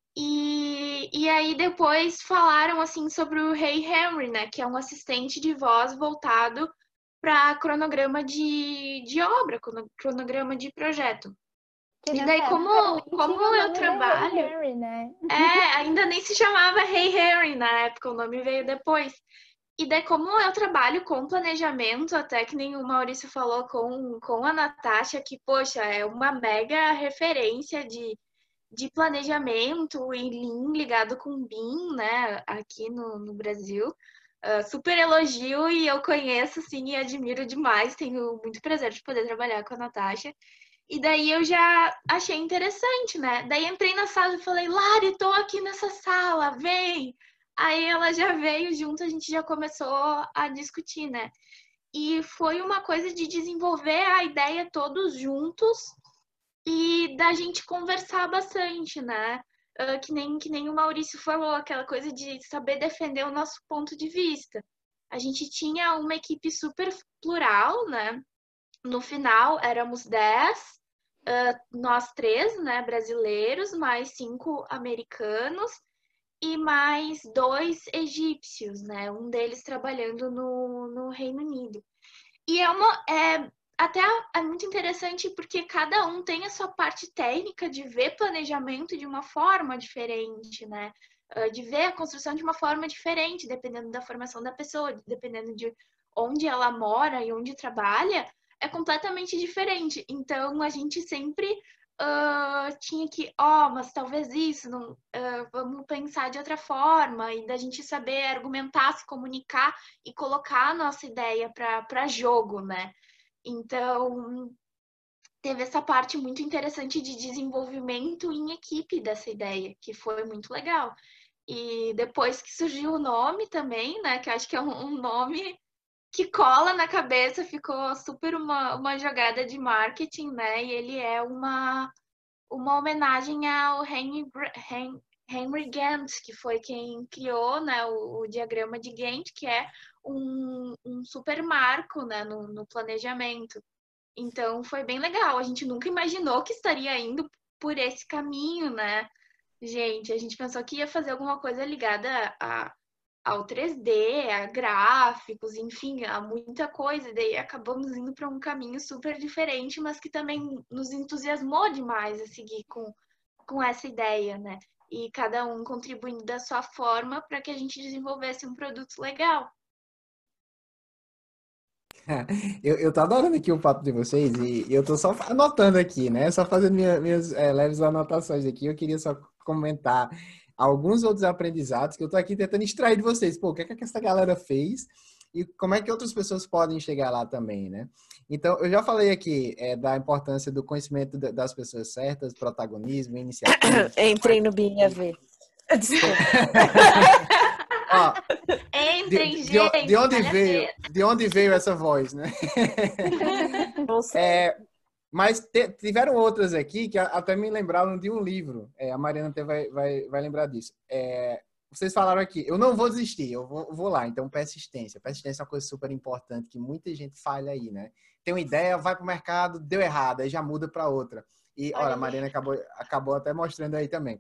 Speaker 4: E, e aí depois falaram assim sobre o Rei Henry, né? Que é um assistente de voz voltado para cronograma de, de obra, cronograma de projeto.
Speaker 5: Que
Speaker 4: E
Speaker 5: nessa
Speaker 4: daí,
Speaker 5: época
Speaker 4: como,
Speaker 5: nem
Speaker 4: como
Speaker 5: tinha o
Speaker 4: eu
Speaker 5: nome de Rei
Speaker 4: trabalho.
Speaker 5: Henry, né?
Speaker 4: É, ainda nem se chamava Rei Henry na época, o nome veio depois. E daí, como eu trabalho com planejamento, até que nem o Maurício falou com, com a Natasha, que, poxa, é uma mega referência de, de planejamento e Lean ligado com B I M, né, aqui no, no Brasil. Uh, super elogio e eu conheço, assim, e admiro demais. Tenho muito prazer de poder trabalhar com a Natasha. E daí eu já achei interessante, né? Daí entrei na sala e falei, Lari, tô aqui nessa sala, vem! Aí ela já veio junto, a gente já começou a discutir, né? E foi uma coisa de desenvolver a ideia todos juntos e da gente conversar bastante, né? Uh, que, nem, que nem o Maurício falou, aquela coisa de saber defender o nosso ponto de vista. A gente tinha uma equipe super plural, né? No final éramos dez, uh, nós três, né, brasileiros, mais cinco americanos e mais dois egípcios, né? Um deles trabalhando no, no Reino Unido. E é uma. É, até é muito interessante porque cada um tem a sua parte técnica de ver planejamento de uma forma diferente, né? uh, de ver a construção de uma forma diferente, dependendo da formação da pessoa, dependendo de onde ela mora e onde trabalha, é completamente diferente. Então, a gente sempre uh, tinha que, ó, oh, mas talvez isso, não, uh, vamos pensar de outra forma, e da gente saber argumentar, se comunicar e colocar a nossa ideia para jogo, né? Então, teve essa parte muito interessante de desenvolvimento em equipe dessa ideia, que foi muito legal. E depois que surgiu o nome também, né, que eu acho que é um, um nome que cola na cabeça, ficou super uma, uma jogada de marketing, né, e ele é uma, uma homenagem ao Henry, Henry Gantt, que foi quem criou, né, o, o diagrama de Gantt, que é um, um super marco, né, no, no planejamento. Então, foi bem legal. A gente nunca imaginou que estaria indo por esse caminho, né? Gente, a gente pensou que ia fazer alguma coisa ligada a, ao três D, a gráficos, enfim, a muita coisa. E daí acabamos indo para um caminho super diferente, mas que também nos entusiasmou demais a seguir com, com essa ideia, né? E cada um contribuindo da sua forma para que a gente desenvolvesse um produto legal.
Speaker 6: Eu, eu tô adorando aqui o papo de vocês e eu tô só anotando aqui, né? Só fazendo minha, minhas é, leves anotações aqui. Eu queria só comentar alguns outros aprendizados que eu tô aqui tentando extrair de vocês. Pô, o que é que essa galera fez e como é que outras pessoas podem chegar lá também, né? Então, eu já falei aqui é, da importância do conhecimento das pessoas certas, protagonismo, iniciativa.
Speaker 2: Entrei no B I A V. Desculpa.
Speaker 6: Ó,
Speaker 4: Entrem,
Speaker 6: de,
Speaker 4: gente!
Speaker 6: de, de onde veio, de onde veio essa voz, né? É, mas te, tiveram outras aqui que até me lembraram de um livro. É, a Mariana até vai, vai, vai lembrar disso. É, vocês falaram aqui, eu não vou desistir, eu vou, vou lá. Então, persistência. Persistência é uma coisa super importante que muita gente falha aí, né? Tem uma ideia, vai para o mercado, deu errado, aí já muda para outra. E, olha, a Mariana acabou, acabou até mostrando aí também.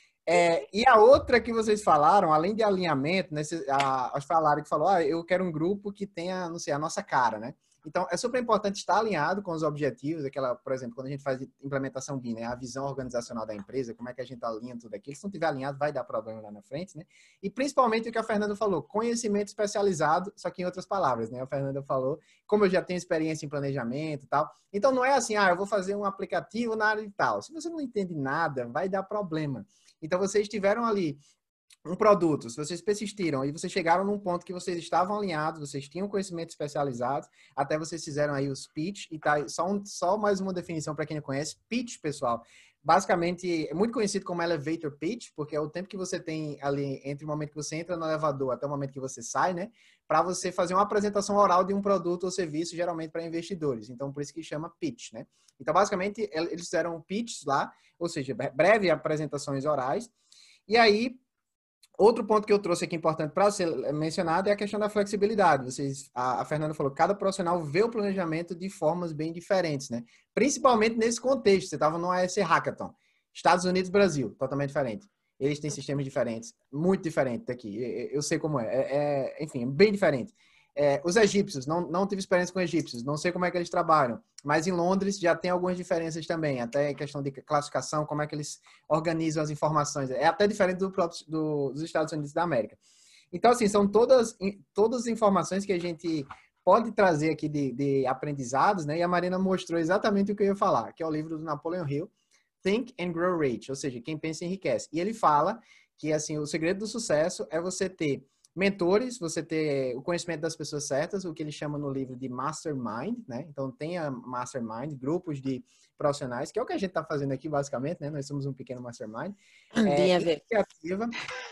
Speaker 6: É, e a outra que vocês falaram, além de alinhamento, né, a, a falaram que falou, ah, eu quero um grupo que tenha, não sei, a nossa cara, né? Então, é super importante estar alinhado com os objetivos, aquela, por exemplo, quando a gente faz implementação B I M, né, a visão organizacional da empresa, como é que a gente alinha tudo aquilo. Se não tiver alinhado, vai dar problema lá na frente, né? E principalmente o que a Fernanda falou, conhecimento especializado, só que em outras palavras, né? A Fernanda falou, como eu já tenho experiência em planejamento e tal. Então, não é assim, ah, eu vou fazer um aplicativo na área de tal. Se você não entende nada, vai dar problema. Então, vocês tiveram ali um produto, se vocês persistiram e vocês chegaram num ponto que vocês estavam alinhados, vocês tinham conhecimento especializado, até vocês fizeram aí os pitch, e tá só, um, só mais uma definição para quem não conhece, pitch, pessoal. Basicamente, é muito conhecido como elevator pitch, porque é o tempo que você tem ali entre o momento que você entra no elevador até o momento que você sai, né? Para você fazer uma apresentação oral de um produto ou serviço, geralmente para investidores. Então, por isso que chama pitch, né? Então, basicamente, eles fizeram pitches lá, ou seja, breve apresentações orais. E aí, outro ponto que eu trouxe aqui importante para ser mencionado é a questão da flexibilidade. Vocês, a, a Fernanda falou, cada profissional vê o planejamento de formas bem diferentes, né? Principalmente nesse contexto. Você estava no A S Hackathon. Estados Unidos, Brasil, totalmente diferente. Eles têm sistemas diferentes, muito diferente daqui. Eu, eu sei como é. é, é enfim, bem diferente. É, os egípcios, não, não tive experiência com egípcios, não sei como é que eles trabalham, mas em Londres já tem algumas diferenças também, até questão de classificação, como é que eles organizam as informações. É até diferente do próprio, do, dos Estados Unidos da América. Então, assim, são todas, todas as informações que a gente pode trazer aqui de, de aprendizados, né? E a Marina mostrou exatamente o que eu ia falar, que é o livro do Napoleon Hill, Think and Grow Rich, ou seja, quem pensa enriquece. E ele fala que, assim, o segredo do sucesso é você ter mentores, você ter o conhecimento das pessoas certas, o que ele chama no livro de mastermind, né? Então, tenha mastermind, grupos de profissionais, que é o que a gente está fazendo aqui, basicamente, né? Nós somos um pequeno mastermind. É, iniciativa.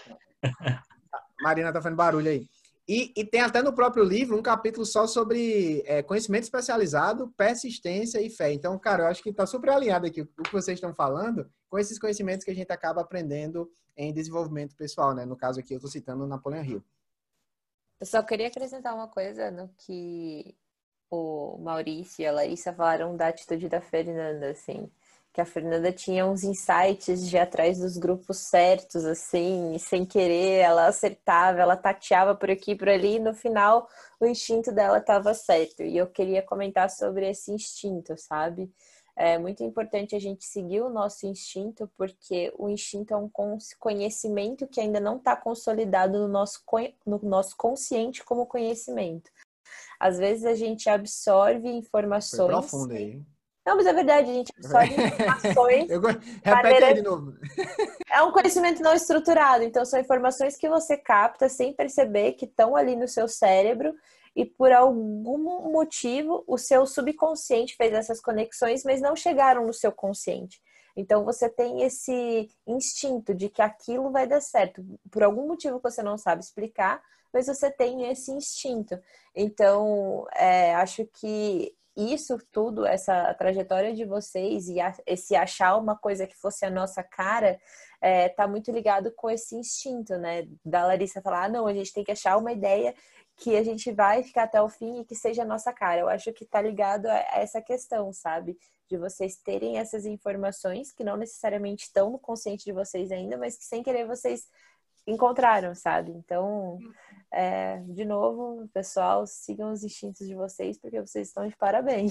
Speaker 6: Marina tá fazendo barulho aí. E, e tem até no próprio livro um capítulo só sobre é, conhecimento especializado, persistência e fé. Então, cara, eu acho que está super alinhado aqui o que vocês estão falando com esses conhecimentos que a gente acaba aprendendo em desenvolvimento pessoal, né? No caso aqui, eu estou citando o Napoleon Hill.
Speaker 2: Eu só queria acrescentar uma coisa no que o Maurício e a Larissa falaram da atitude da Fernanda, assim. Que a Fernanda tinha uns insights de atrás dos grupos certos, assim, e sem querer, ela acertava, ela tateava por aqui e por ali, e no final o instinto dela estava certo. E eu queria comentar sobre esse instinto, sabe? É muito importante a gente seguir o nosso instinto, porque o instinto é um conhecimento que ainda não está consolidado no nosso, no nosso consciente como conhecimento. Às vezes a gente absorve informações...
Speaker 6: Foi profundo aí.
Speaker 2: Não, mas é verdade, a gente absorve informações...
Speaker 6: Eu... Repete
Speaker 2: maneira...
Speaker 6: aí de novo.
Speaker 2: É um conhecimento não estruturado, então são informações que você capta sem perceber que estão ali no seu cérebro e por algum motivo o seu subconsciente fez essas conexões, mas não chegaram no seu consciente. Então você tem esse instinto de que aquilo vai dar certo, por algum motivo que você não sabe explicar, mas você tem esse instinto. Então, é, acho que isso tudo, essa trajetória de vocês e a, esse achar uma coisa que fosse a nossa cara, é, tá muito ligado com esse instinto, né? Da Larissa falar, ah, não, a gente tem que achar uma ideia que a gente vai ficar até o fim e que seja a nossa cara. Eu acho que tá ligado a, a essa questão, sabe? De vocês terem essas informações que não necessariamente estão no consciente de vocês ainda, mas que sem querer vocês encontraram, sabe? Então, é, de novo, pessoal, sigam os instintos de vocês, porque vocês estão de parabéns.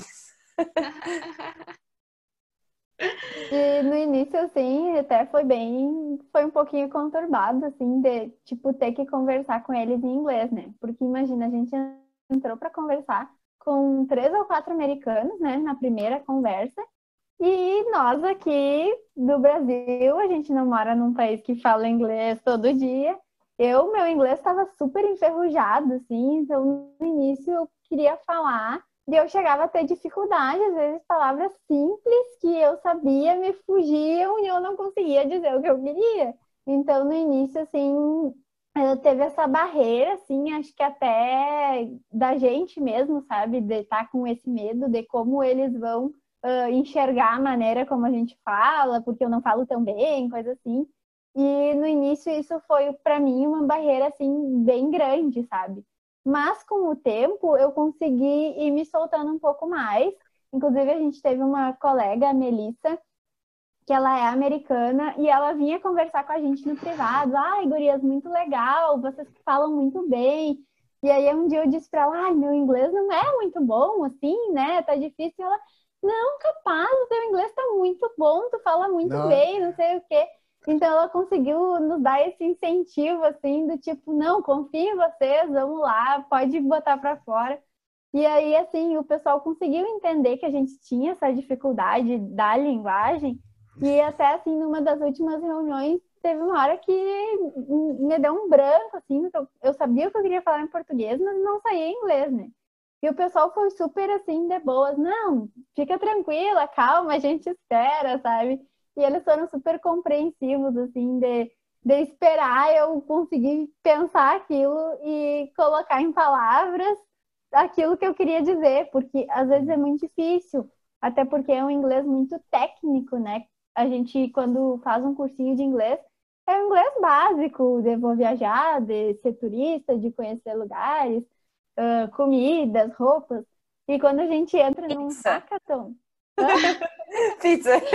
Speaker 5: E no início, assim, até foi bem, foi um pouquinho conturbado, assim, de, tipo, ter que conversar com eles em inglês, né? Porque imagina, a gente entrou para conversar com três ou quatro americanos, né, na primeira conversa, e nós aqui do Brasil, a gente não mora num país que fala inglês todo dia. Eu, meu inglês estava super enferrujado, assim, então no início eu queria falar e eu chegava a ter dificuldade, às vezes palavras simples que eu sabia me fugiam e eu não conseguia dizer o que eu queria. Então no início, assim, eu teve essa barreira, assim, acho que até da gente mesmo, sabe, de estar com esse medo de como eles vão Uh, enxergar a maneira como a gente fala, porque eu não falo tão bem, coisa assim. E no início isso foi para mim uma barreira assim bem grande, sabe? Mas com o tempo eu consegui ir me soltando um pouco mais. Inclusive a gente teve uma colega, a Melissa, que ela é americana e ela vinha conversar com a gente no privado. Ai, gurias, muito legal, vocês falam muito bem. E aí um dia eu disse para ela, ai, meu inglês não é muito bom assim, né? Tá difícil. E ela, não, capaz, o teu inglês tá muito bom, tu fala muito
Speaker 6: Não.
Speaker 5: bem, não sei o quê. Então ela conseguiu nos dar esse incentivo, assim, do tipo, não, confia em vocês, vamos lá, pode botar pra fora. E aí, assim, o pessoal conseguiu entender que a gente tinha essa dificuldade da linguagem. E até, assim, numa das últimas reuniões, teve uma hora que me deu um branco, assim, eu sabia que eu queria falar em português, mas não saía em inglês, né? E o pessoal foi super, assim, de boas. Não, fica tranquila, calma, a gente espera, sabe? E eles foram super compreensivos, assim, de, de esperar eu conseguir pensar aquilo e colocar em palavras aquilo que eu queria dizer, porque às vezes é muito difícil, até porque é um inglês muito técnico, né? A gente, quando faz um cursinho de inglês, é um inglês básico, de vou viajar, de ser turista, de conhecer lugares, Uh, comidas, roupas. E quando a gente entra num
Speaker 2: Pizza.
Speaker 5: hackathon...
Speaker 2: Pizza.
Speaker 5: É.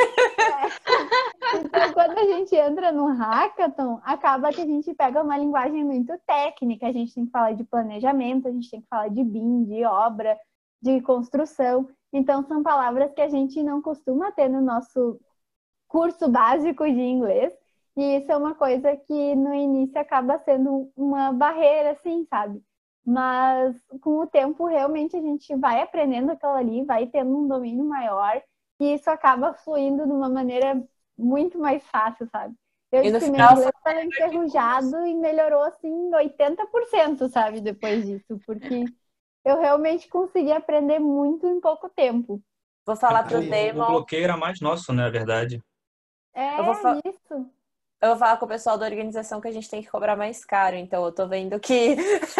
Speaker 5: Então, quando a gente entra num hackathon, acaba que a gente pega uma linguagem muito técnica. A gente tem que falar de planejamento, a gente tem que falar de B I M, de obra, de construção. Então, são palavras que a gente não costuma ter no nosso curso básico de inglês. E isso é uma coisa que, no início, acaba sendo uma barreira, assim, sabe? Mas com o tempo realmente a gente vai aprendendo aquilo ali, vai tendo um domínio maior e isso acaba fluindo de uma maneira muito mais fácil, sabe? Eu disse que meu inglês estava enferrujado e melhorou assim oitenta por cento, sabe? Depois disso, porque eu realmente consegui aprender muito em pouco tempo.
Speaker 2: Vou falar pro
Speaker 3: O, o
Speaker 2: Damon.
Speaker 3: bloqueio era mais nosso, né? Na verdade.
Speaker 5: É
Speaker 2: Eu vou fa-
Speaker 5: isso.
Speaker 2: Eu vou falar com o pessoal da organização que a gente tem que cobrar mais caro, então eu tô vendo que...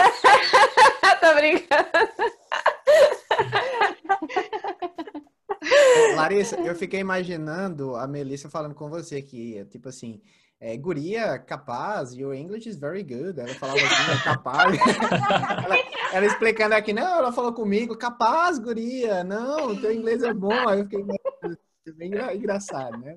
Speaker 2: Tô brincando.
Speaker 6: Ô, Larissa, eu fiquei imaginando a Melissa falando com você que, tipo assim, é, guria, capaz, your English is very good. Ela falava assim, é capaz. ela, ela explicando aqui, não, ela falou comigo, capaz, guria, não, teu inglês é bom. Aí eu fiquei bem engra- engraçado, né?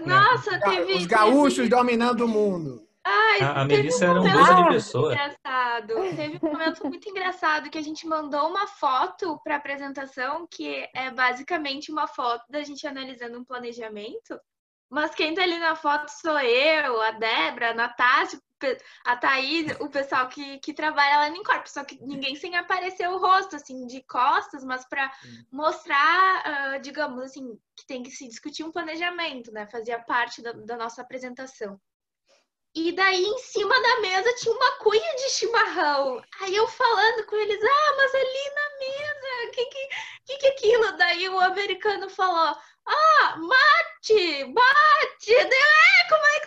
Speaker 4: Nossa, teve...
Speaker 6: Os gaúchos dominando o mundo.
Speaker 4: Ai,
Speaker 3: A, a
Speaker 4: teve
Speaker 3: Melissa
Speaker 4: um
Speaker 3: era um
Speaker 4: momento
Speaker 3: doce de
Speaker 4: muito
Speaker 3: pessoa.
Speaker 4: engraçado. engraçado. Teve um momento muito engraçado que a gente mandou uma foto para apresentação, que é basicamente uma foto da gente analisando um planejamento. Mas quem tá ali na foto sou eu, a Débora, a Natácia, a Thaís, o pessoal que, que trabalha lá no Incorp. Só que ninguém sem aparecer o rosto, assim, de costas, mas para mostrar, uh, digamos assim, que tem que se discutir um planejamento, né? Fazia parte da, da nossa apresentação. E daí, em cima da mesa, tinha uma cuia de chimarrão. Aí eu falando com eles, ah, mas ali na mesa, o que, que, que que é aquilo? Daí o americano falou, ah, mate, bate. Daí, é, como é que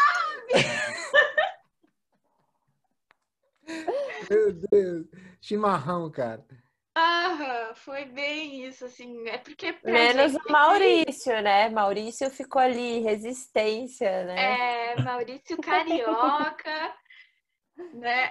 Speaker 4: tu sabe?
Speaker 6: Meu Deus. Chimarrão, cara.
Speaker 4: Ah, foi bem isso, assim. É porque pra
Speaker 2: Menos
Speaker 4: gente
Speaker 2: o Maurício, né? Maurício ficou ali, resistência, né?
Speaker 4: é Maurício Carioca, né?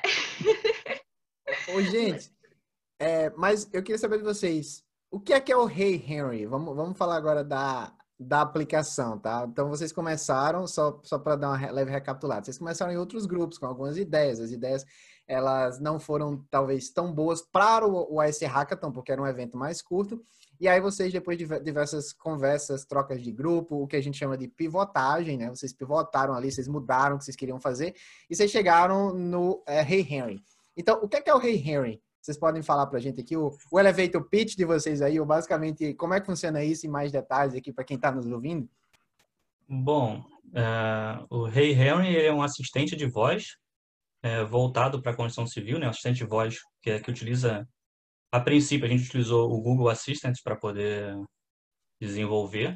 Speaker 6: Ô, gente, é, mas eu queria saber de vocês, o que é que é o Hey Henry? Vamos, vamos falar agora da, da aplicação, tá? Então, vocês começaram, só, só para dar uma re- leve recapitulada, vocês começaram em outros grupos com algumas ideias. As ideias, elas não foram, talvez, tão boas para o, o A S Hackathon, porque era um evento mais curto. E aí, vocês, depois de diversas conversas, trocas de grupo, o que a gente chama de pivotagem, né? Vocês pivotaram ali, vocês mudaram o que vocês queriam fazer, e vocês chegaram no é, Hey Henry. Então, o que é, que é o Hey Henry? Vocês podem falar para a gente aqui o, o elevator pitch de vocês aí, ou basicamente como é que funciona isso em mais detalhes aqui para quem está nos ouvindo?
Speaker 3: Bom, é, o Hey Henry ele é um assistente de voz é, voltado para a construção civil, né? Um assistente de voz que, é- que utiliza, a princípio, a gente utilizou o Google Assistant para poder desenvolver,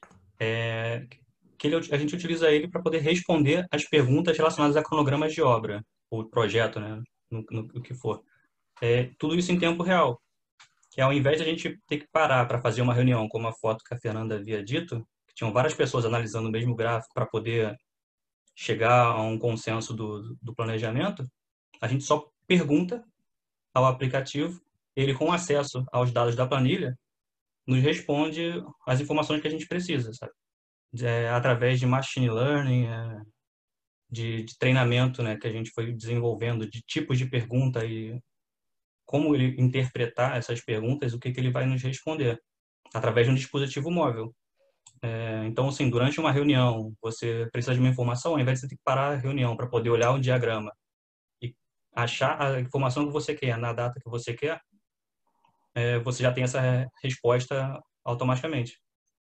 Speaker 3: é, que ele, a gente utiliza ele para poder responder as perguntas relacionadas a cronogramas de obra, ou projeto, né? No, no, no que for. É, tudo isso em tempo real. Que ao invés de a gente ter que parar para fazer uma reunião, como a foto que a Fernanda havia dito, que tinham várias pessoas analisando o mesmo gráfico para poder chegar a um consenso do, do planejamento, a gente só pergunta ao aplicativo, ele com acesso aos dados da planilha, nos responde as informações que a gente precisa, sabe? É, através de machine learning, é, de, de treinamento, né, que a gente foi desenvolvendo, de tipos de pergunta e como ele interpretar essas perguntas, o que, que ele vai nos responder, através de um dispositivo móvel. É, então, assim, durante uma reunião, você precisa de uma informação, ao invés de você ter que parar a reunião para poder olhar o diagrama e achar a informação que você quer, na data que você quer, é, você já tem essa resposta automaticamente.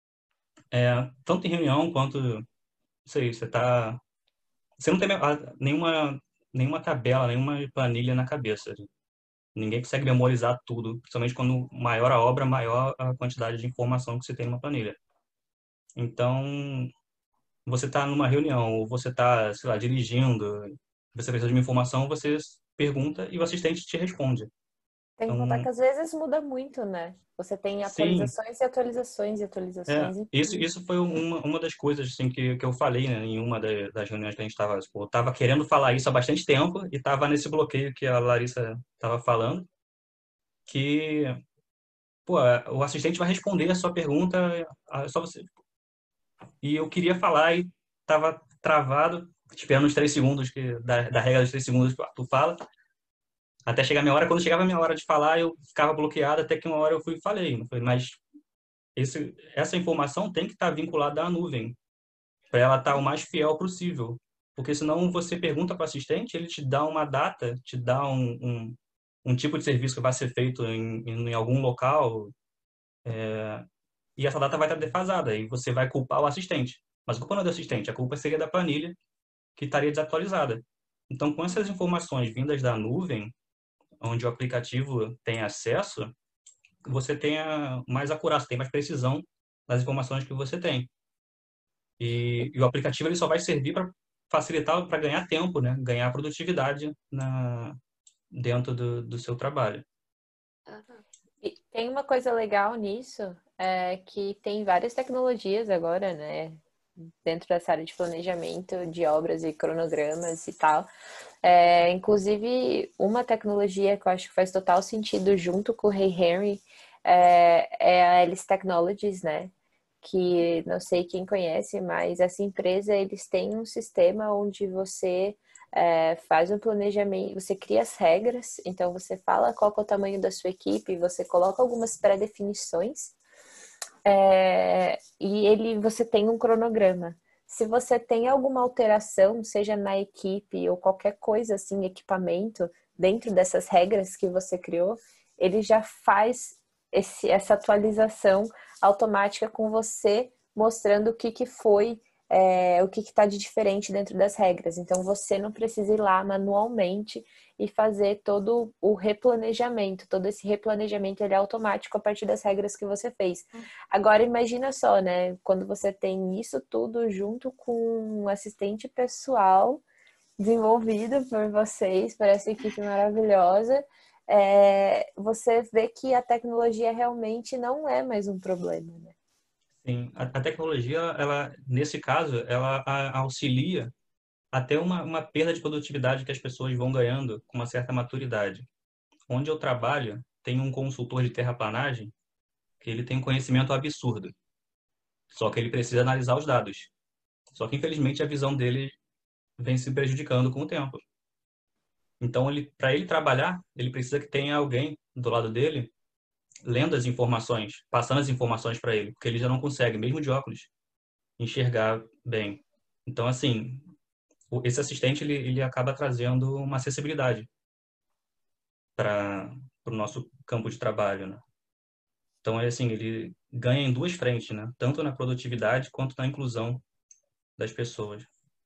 Speaker 3: É, tanto em reunião quanto, não sei, você tá, você não tem nenhuma, nenhuma tabela, nenhuma planilha na cabeça. Ninguém consegue memorizar tudo, principalmente quando maior a obra, maior a quantidade de informação que você tem numa planilha. Então, você está numa reunião, ou você está, sei lá, dirigindo, você precisa de uma informação, você pergunta e o assistente te responde.
Speaker 2: Tem que contar
Speaker 3: Então,
Speaker 2: que às vezes muda muito, né? Você tem
Speaker 3: sim,
Speaker 2: atualizações e atualizações e
Speaker 3: é,
Speaker 2: atualizações. E...
Speaker 3: isso, isso foi uma, uma das coisas assim, que, que eu falei, né, em uma da- das reuniões que a gente estava, tipo, eu estava querendo falar isso há bastante tempo e estava nesse bloqueio que a Larissa estava falando, que pô, o assistente vai responder a sua pergunta, é só você. E eu queria falar e tava travado, esperando os três segundos que da, da regra dos três segundos que o Arthur fala, até chegar a minha hora. Quando chegava a minha hora de falar, eu ficava bloqueado até que uma hora eu fui e falei. Não foi, mas esse, essa informação tem que estar vinculada à nuvem, para ela estar o mais fiel possível. Porque senão você pergunta para o assistente, ele te dá uma data, te dá um, um, um tipo de serviço que vai ser feito em, em, em algum local, é, e essa data vai estar defasada, e você vai culpar o assistente. Mas a culpa não é do assistente, a culpa seria da planilha, que estaria desatualizada. Então, com essas informações vindas da nuvem, onde o aplicativo tem acesso, você tenha mais acurácia, tem mais precisão nas informações que você tem. E, e o aplicativo ele só vai servir para facilitar, para ganhar tempo, né? Ganhar produtividade na, dentro do, do seu trabalho.
Speaker 2: E tem uma coisa legal nisso, é que tem várias tecnologias agora, né? Dentro dessa área de planejamento de obras e cronogramas e tal. É, inclusive, uma tecnologia que eu acho que faz total sentido junto com o Hey Henry é, é a Alice Technologies, né? Que não sei quem conhece, mas essa empresa, eles têm um sistema onde você é, faz um planejamento, você cria as regras, então você fala qual que é o tamanho da sua equipe, você coloca algumas pré-definições, é, e ele, você tem um cronograma. Se você tem alguma alteração, seja na equipe ou qualquer coisa assim, equipamento, dentro dessas regras que você criou, ele já faz esse, essa atualização automática com você, mostrando o que, que foi, é, o que está de diferente dentro das regras. Então, você não precisa ir lá manualmente e fazer todo o replanejamento. Todo esse replanejamento ele é automático a partir das regras que você fez. Agora, imagina só, né? Quando você tem isso tudo junto com um assistente pessoal desenvolvido por vocês, por essa equipe maravilhosa, é, você vê que a tecnologia realmente não é mais um problema, né?
Speaker 3: Sim, a, a tecnologia, ela, nesse caso, ela a- auxilia até uma, uma perda de produtividade que as pessoas vão ganhando com uma certa maturidade. Onde eu trabalho, tem um consultor de terraplanagem que ele tem um conhecimento absurdo, só que ele precisa analisar os dados. Só que, infelizmente, a visão dele vem se prejudicando com o tempo. Então, ele, para ele trabalhar, ele precisa que tenha alguém do lado dele lendo as informações, passando as informações para ele, porque ele já não consegue, mesmo de óculos, enxergar bem. Então, assim, o- esse assistente ele, ele acaba trazendo uma acessibilidade para o nosso campo de trabalho, né? Então, é assim, ele ganha em duas frentes, né? Tanto na produtividade quanto na inclusão das pessoas.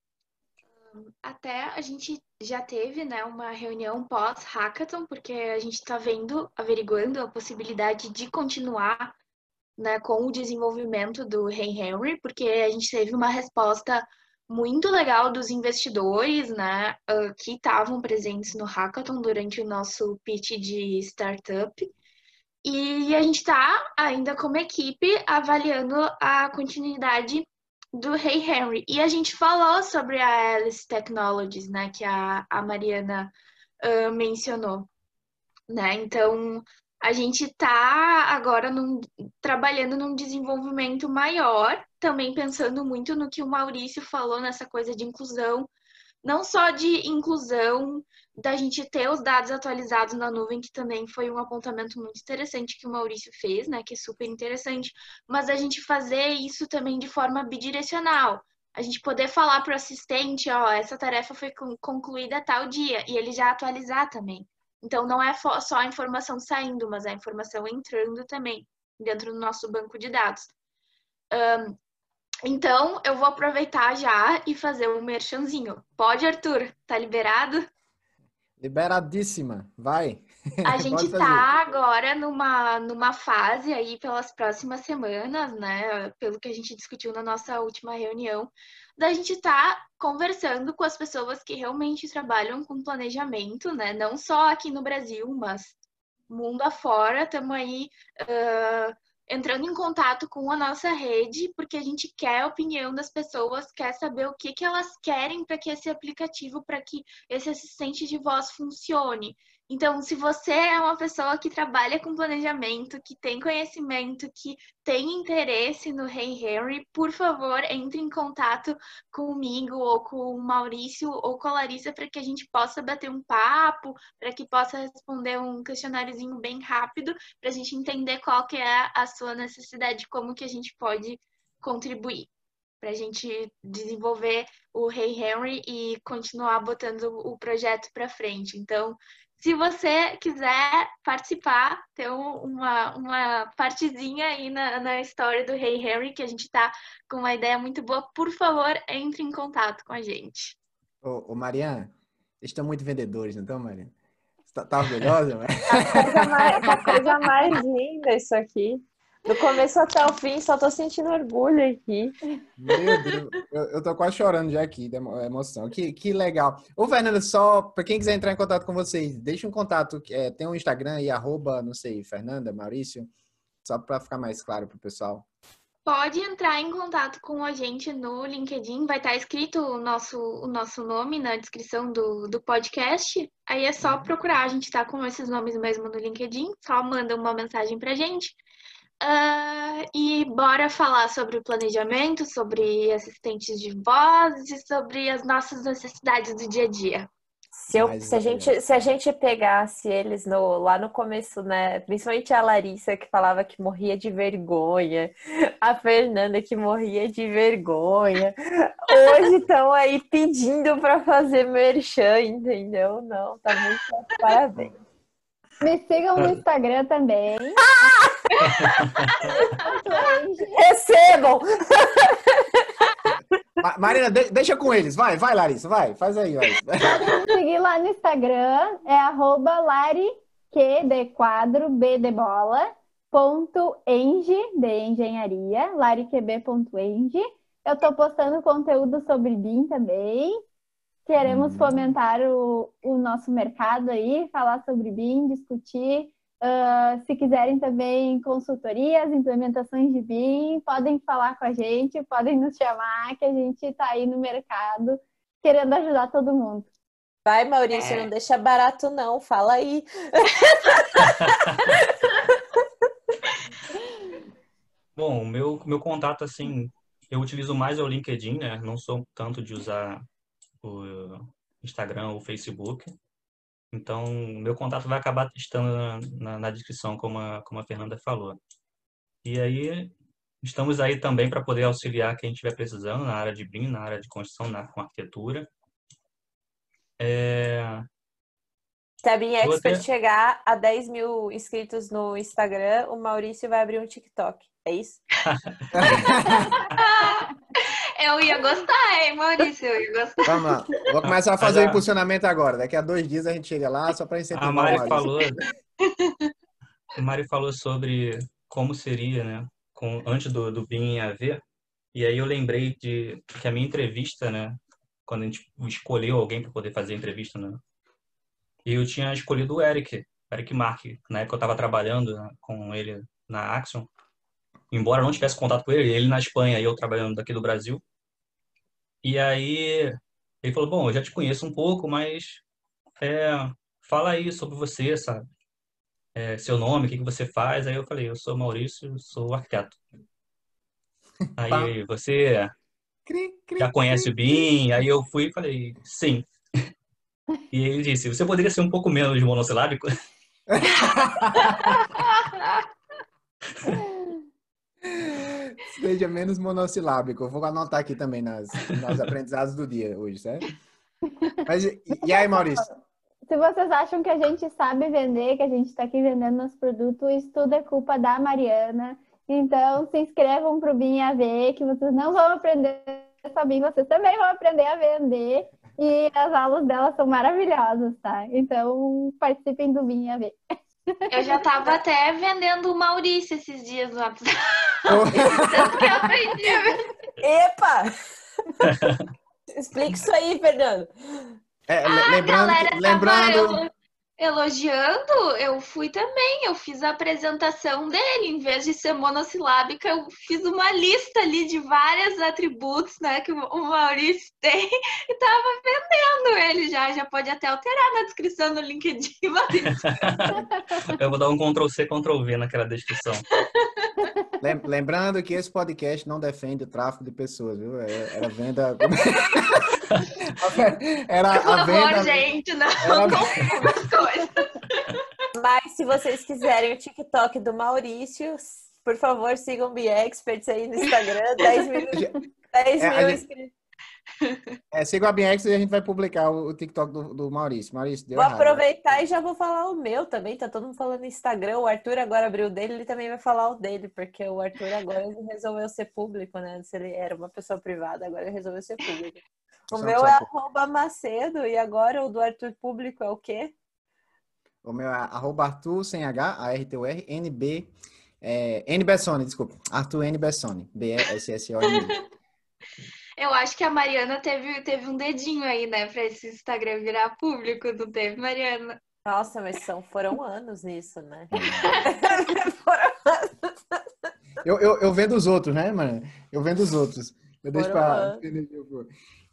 Speaker 4: Até a gente já teve, né, uma reunião pós-hackathon, porque a gente está vendo, averiguando a possibilidade de continuar, né, com o desenvolvimento do Hey Henry, porque a gente teve uma resposta muito legal dos investidores, né, uh, que estavam presentes no hackathon durante o nosso pitch de startup. E a gente está ainda como equipe avaliando a continuidade do Hey Henry. E a gente falou sobre a Alice Technologies, né, que a, a Mariana uh, mencionou, né? Então, a gente está agora num, trabalhando num desenvolvimento maior, também pensando muito no que o Maurício falou nessa coisa de inclusão, não só de inclusão, da gente ter os dados atualizados na nuvem, que também foi um apontamento muito interessante que o Maurício fez, né, que é super interessante, mas a gente fazer isso também de forma bidirecional. A gente poder falar para o assistente, ó, essa tarefa foi concluída tal dia, e ele já atualizar também. Então, não é só a informação saindo, mas a informação entrando também dentro do nosso banco de dados. Um, então, eu vou aproveitar já e fazer um merchanzinho. Pode, Arthur? Tá liberado?
Speaker 6: Liberadíssima. Vai.
Speaker 4: A gente
Speaker 6: Pode fazer.
Speaker 4: tá agora numa, numa fase aí pelas próximas semanas, né? Pelo que a gente discutiu na nossa última reunião, da gente tá conversando com as pessoas que realmente trabalham com planejamento, né? Não só aqui no Brasil, mas mundo afora. Estamos aí uh, entrando em contato com a nossa rede, porque a gente quer a opinião das pessoas, quer saber o que, que elas querem para que esse aplicativo, para que esse assistente de voz funcione. Então, se você é uma pessoa que trabalha com planejamento, que tem conhecimento, que tem interesse no Hey Henry, por favor, entre em contato comigo ou com o Maurício ou com a Larissa para que a gente possa bater um papo, para que possa responder um questionáriozinho bem rápido, para a gente entender qual que é a sua necessidade, como que a gente pode contribuir, para a gente desenvolver o Hey Henry e continuar botando o projeto para frente. Então, se você quiser participar, ter uma, uma partezinha aí na, na história do Hey Henry, que a gente tá com uma ideia muito boa, por favor, entre em contato com a gente.
Speaker 6: Ô, ô Mariana, vocês estão muito vendedores, não estão, Mariana? Você tá, tá orgulhosa?
Speaker 2: A coisa, mais, a coisa mais linda isso aqui. Do começo até o fim, só tô sentindo orgulho aqui.
Speaker 6: Meu Deus, eu, eu tô quase chorando já aqui, da emoção. Que, que legal. Ô, Fernanda, só para quem quiser entrar em contato com vocês, deixa um contato, é, tem um Instagram aí, arroba, não sei, Fernanda, Maurício, só para ficar mais claro pro pessoal.
Speaker 4: Pode entrar em contato com a gente no LinkedIn, vai estar escrito o nosso, o nosso nome na descrição do, do podcast. Aí é só procurar, a gente tá com esses nomes mesmo no LinkedIn, só manda uma mensagem pra gente. Uh, e bora falar sobre o planejamento, sobre assistentes de voz e sobre as nossas necessidades do dia a dia.
Speaker 2: Se, eu, se, a gente, se a gente pegasse eles no, lá no começo, né? Principalmente a Larissa, que falava que morria de vergonha, a Fernanda, que morria de vergonha. Hoje estão aí pedindo para fazer merchan, entendeu? Não, tá muito parabéns.
Speaker 5: Me sigam no Instagram também.
Speaker 2: Recebam!
Speaker 6: Marina, deixa com eles. Vai, vai, Larissa, vai. Faz aí, Larissa.
Speaker 5: Pode seguir lá no Instagram, é arroba lari, Q de quadro, B de bola, ponto eng, de engenharia, lariqb ponto eng. Eu tô postando conteúdo sobre B I M também. Queremos hum. fomentar o, o nosso mercado aí, falar sobre B I M, discutir. Uh, se quiserem também consultorias, implementações de B I M, podem falar com a gente, podem nos chamar, que a gente está aí no mercado querendo ajudar todo mundo.
Speaker 2: Vai, Maurício, é. não deixa barato não, fala aí.
Speaker 3: Bom, o meu, meu contato, assim, eu utilizo mais o LinkedIn, né? Não sou tanto de usar o Instagram ou o Facebook. Então, meu contato vai acabar estando na, na, na descrição, como a, como a Fernanda falou. E aí, estamos aí também para poder auxiliar quem estiver precisando na área de B I M, na área de construção, na, com arquitetura. É...
Speaker 2: Se a B I M Expert
Speaker 3: até...
Speaker 2: chegar a dez mil inscritos no Instagram, o Maurício vai abrir um TikTok. É isso?
Speaker 4: Eu ia gostar, hein, Maurício? Eu ia gostar.
Speaker 6: Vamos lá. Vou começar a fazer o impulsionamento agora. Daqui a dois dias a gente chega lá só para incentivar
Speaker 3: a Mari
Speaker 6: o
Speaker 3: falou, a Mari falou sobre como seria, né, com, antes do, do B I M A V. E aí eu lembrei de que a minha entrevista, né, quando a gente escolheu alguém para poder fazer a entrevista, né, e eu tinha escolhido o Eric, Eric Mark. Na época eu estava trabalhando, né, com ele na Axion. Embora eu não tivesse contato com ele, ele na Espanha e eu trabalhando daqui do Brasil. E aí ele falou, bom, eu já te conheço um pouco, mas é, fala aí sobre você, sabe? É, seu nome, o que, que você faz? Aí eu falei, eu sou Maurício, sou arquiteto. Aí você já conhece o B I M? Aí eu fui e falei, sim. E ele disse, você poderia ser um pouco menos monossilábico?
Speaker 6: Seja menos monossilábico. Eu vou anotar aqui também nas, nos aprendizados do dia hoje, certo? Mas, e, e aí, Maurício?
Speaker 5: Se vocês acham que a gente sabe vender, que a gente está aqui vendendo nosso produto, isso tudo é culpa da Mariana. Então, se inscrevam para o B I M A V, que vocês não vão aprender só B I M, vocês também vão aprender a vender. E as aulas dela são maravilhosas, tá? Então, participem do B I M A V.
Speaker 4: Eu já tava até vendendo o Maurício esses dias no WhatsApp.
Speaker 2: que eu aprendi a vender. Epa! Explica isso aí, Fernando.
Speaker 6: É,
Speaker 4: ah,
Speaker 6: lembrando,
Speaker 4: a galera
Speaker 6: que, lembrando...
Speaker 4: tava elogiando, eu fui também. Eu fiz a apresentação dele. Em vez de ser monossilábica, eu fiz uma lista ali de vários atributos, né, que o Maurício tem e tava vendendo ele já. Já pode até alterar na descrição do LinkedIn, Maurício.
Speaker 3: Eu vou dar um control C, control V naquela descrição.
Speaker 6: Lembrando que esse podcast não defende o tráfico de pessoas, viu? Era venda... Era
Speaker 4: Por
Speaker 6: a
Speaker 4: favor,
Speaker 6: venda...
Speaker 4: gente, não
Speaker 6: Era...
Speaker 4: confirma as coisas.
Speaker 2: Mas se vocês quiserem o TikTok do Maurício, por favor, sigam o B I Experts aí no Instagram, dez mil, dez
Speaker 6: é,
Speaker 2: mil
Speaker 6: gente...
Speaker 2: inscritos.
Speaker 6: É, siga o B I Experts e a gente vai publicar o, o TikTok do, do Maurício. Maurício, deu
Speaker 2: Vou
Speaker 6: errado,
Speaker 2: aproveitar
Speaker 6: né?
Speaker 2: e já vou falar o meu também. Tá todo mundo falando no Instagram. O Arthur agora abriu o dele, ele também vai falar o dele, porque o Arthur agora ele resolveu ser público, né? Se ele era uma pessoa privada, agora ele resolveu ser público. O
Speaker 6: Só
Speaker 2: meu é arroba Macedo e agora o do Arthur público é o quê?
Speaker 6: O meu é arroba Arthur, sem H, A R T U R, N B, é, N Bessoni, desculpa. Arthur N Bessoni, B E S S O N.
Speaker 4: Eu acho que a Mariana teve, teve um dedinho aí, né, pra esse Instagram virar público, não teve, Mariana?
Speaker 2: Nossa, mas são, foram anos nisso, né? foram anos.
Speaker 6: Eu, eu, eu vendo os outros, né, mano? Eu vendo os outros. Eu deixo pra...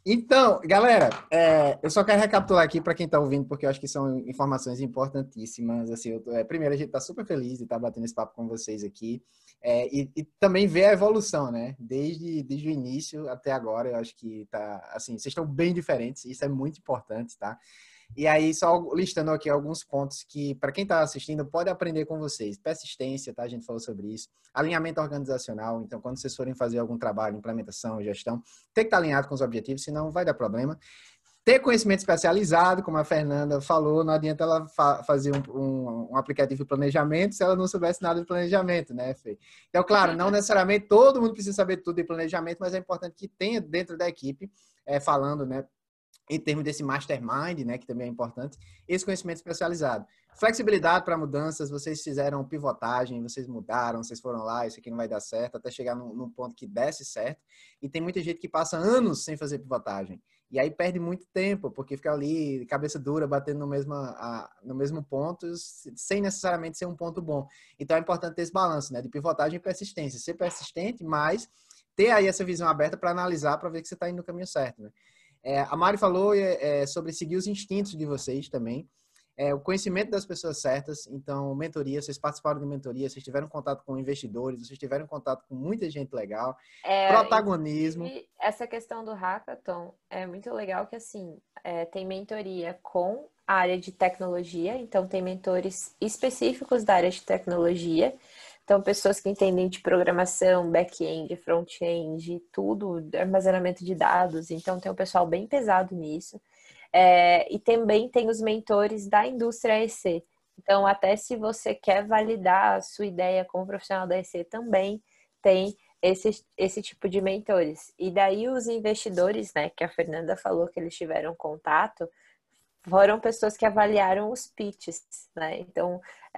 Speaker 6: Então, galera, é, eu só quero recapitular aqui para quem está ouvindo, porque eu acho que são informações importantíssimas. Assim, eu tô- é, primeiro, a gente está super feliz de estar batendo esse papo com vocês aqui, é, e, e também ver a evolução, né? Desde, desde o início até agora, eu acho que tá, assim, vocês estão bem diferentes, isso é muito importante, tá? E aí, só listando aqui alguns pontos que, para quem está assistindo, pode aprender com vocês. Persistência, tá? A gente falou sobre isso. Alinhamento organizacional. Então, quando vocês forem fazer algum trabalho, implementação, gestão, tem que estar alinhado com os objetivos, senão vai dar problema. Ter conhecimento especializado, como a Fernanda falou, não adianta ela fa fazer um, um, um aplicativo de planejamento se ela não soubesse nada de planejamento, né, Fê? Então, claro, não necessariamente todo mundo precisa saber tudo de planejamento, mas é importante que tenha dentro da equipe, é, falando, né, em termos desse mastermind, né, que também é importante, esse conhecimento especializado. Flexibilidade para mudanças, vocês fizeram pivotagem, vocês mudaram, vocês foram lá, isso aqui não vai dar certo, até chegar num, num ponto que desse certo. E tem muita gente que passa anos sem fazer pivotagem. E aí perde muito tempo, porque fica ali, cabeça dura, batendo no mesmo, a, no mesmo ponto, sem necessariamente ser um ponto bom. Então é importante ter esse balanço, né, de pivotagem e persistência. Ser persistente, mas ter aí essa visão aberta para analisar, para ver que você está indo no caminho certo, né? É, a Mari falou é, sobre seguir os instintos de vocês também. É, o conhecimento das pessoas certas. Então, mentoria, vocês participaram de mentoria, vocês tiveram contato com investidores, vocês tiveram contato com muita gente legal.
Speaker 2: É,
Speaker 6: Protagonismo.
Speaker 2: Essa questão do hackathon é muito legal que, assim, é, tem mentoria com a área de tecnologia. Então, tem mentores específicos da área de tecnologia. Então, pessoas que entendem de programação, back-end, front-end, tudo, armazenamento de dados. Então, tem um pessoal bem pesado nisso. É, e também tem os mentores da indústria E C. Então, até se você quer validar a sua ideia como profissional da E C, também tem esse, esse tipo de mentores. E daí os investidores, né, que a Fernanda falou que eles tiveram contato, foram pessoas que avaliaram os pitches, né? Então,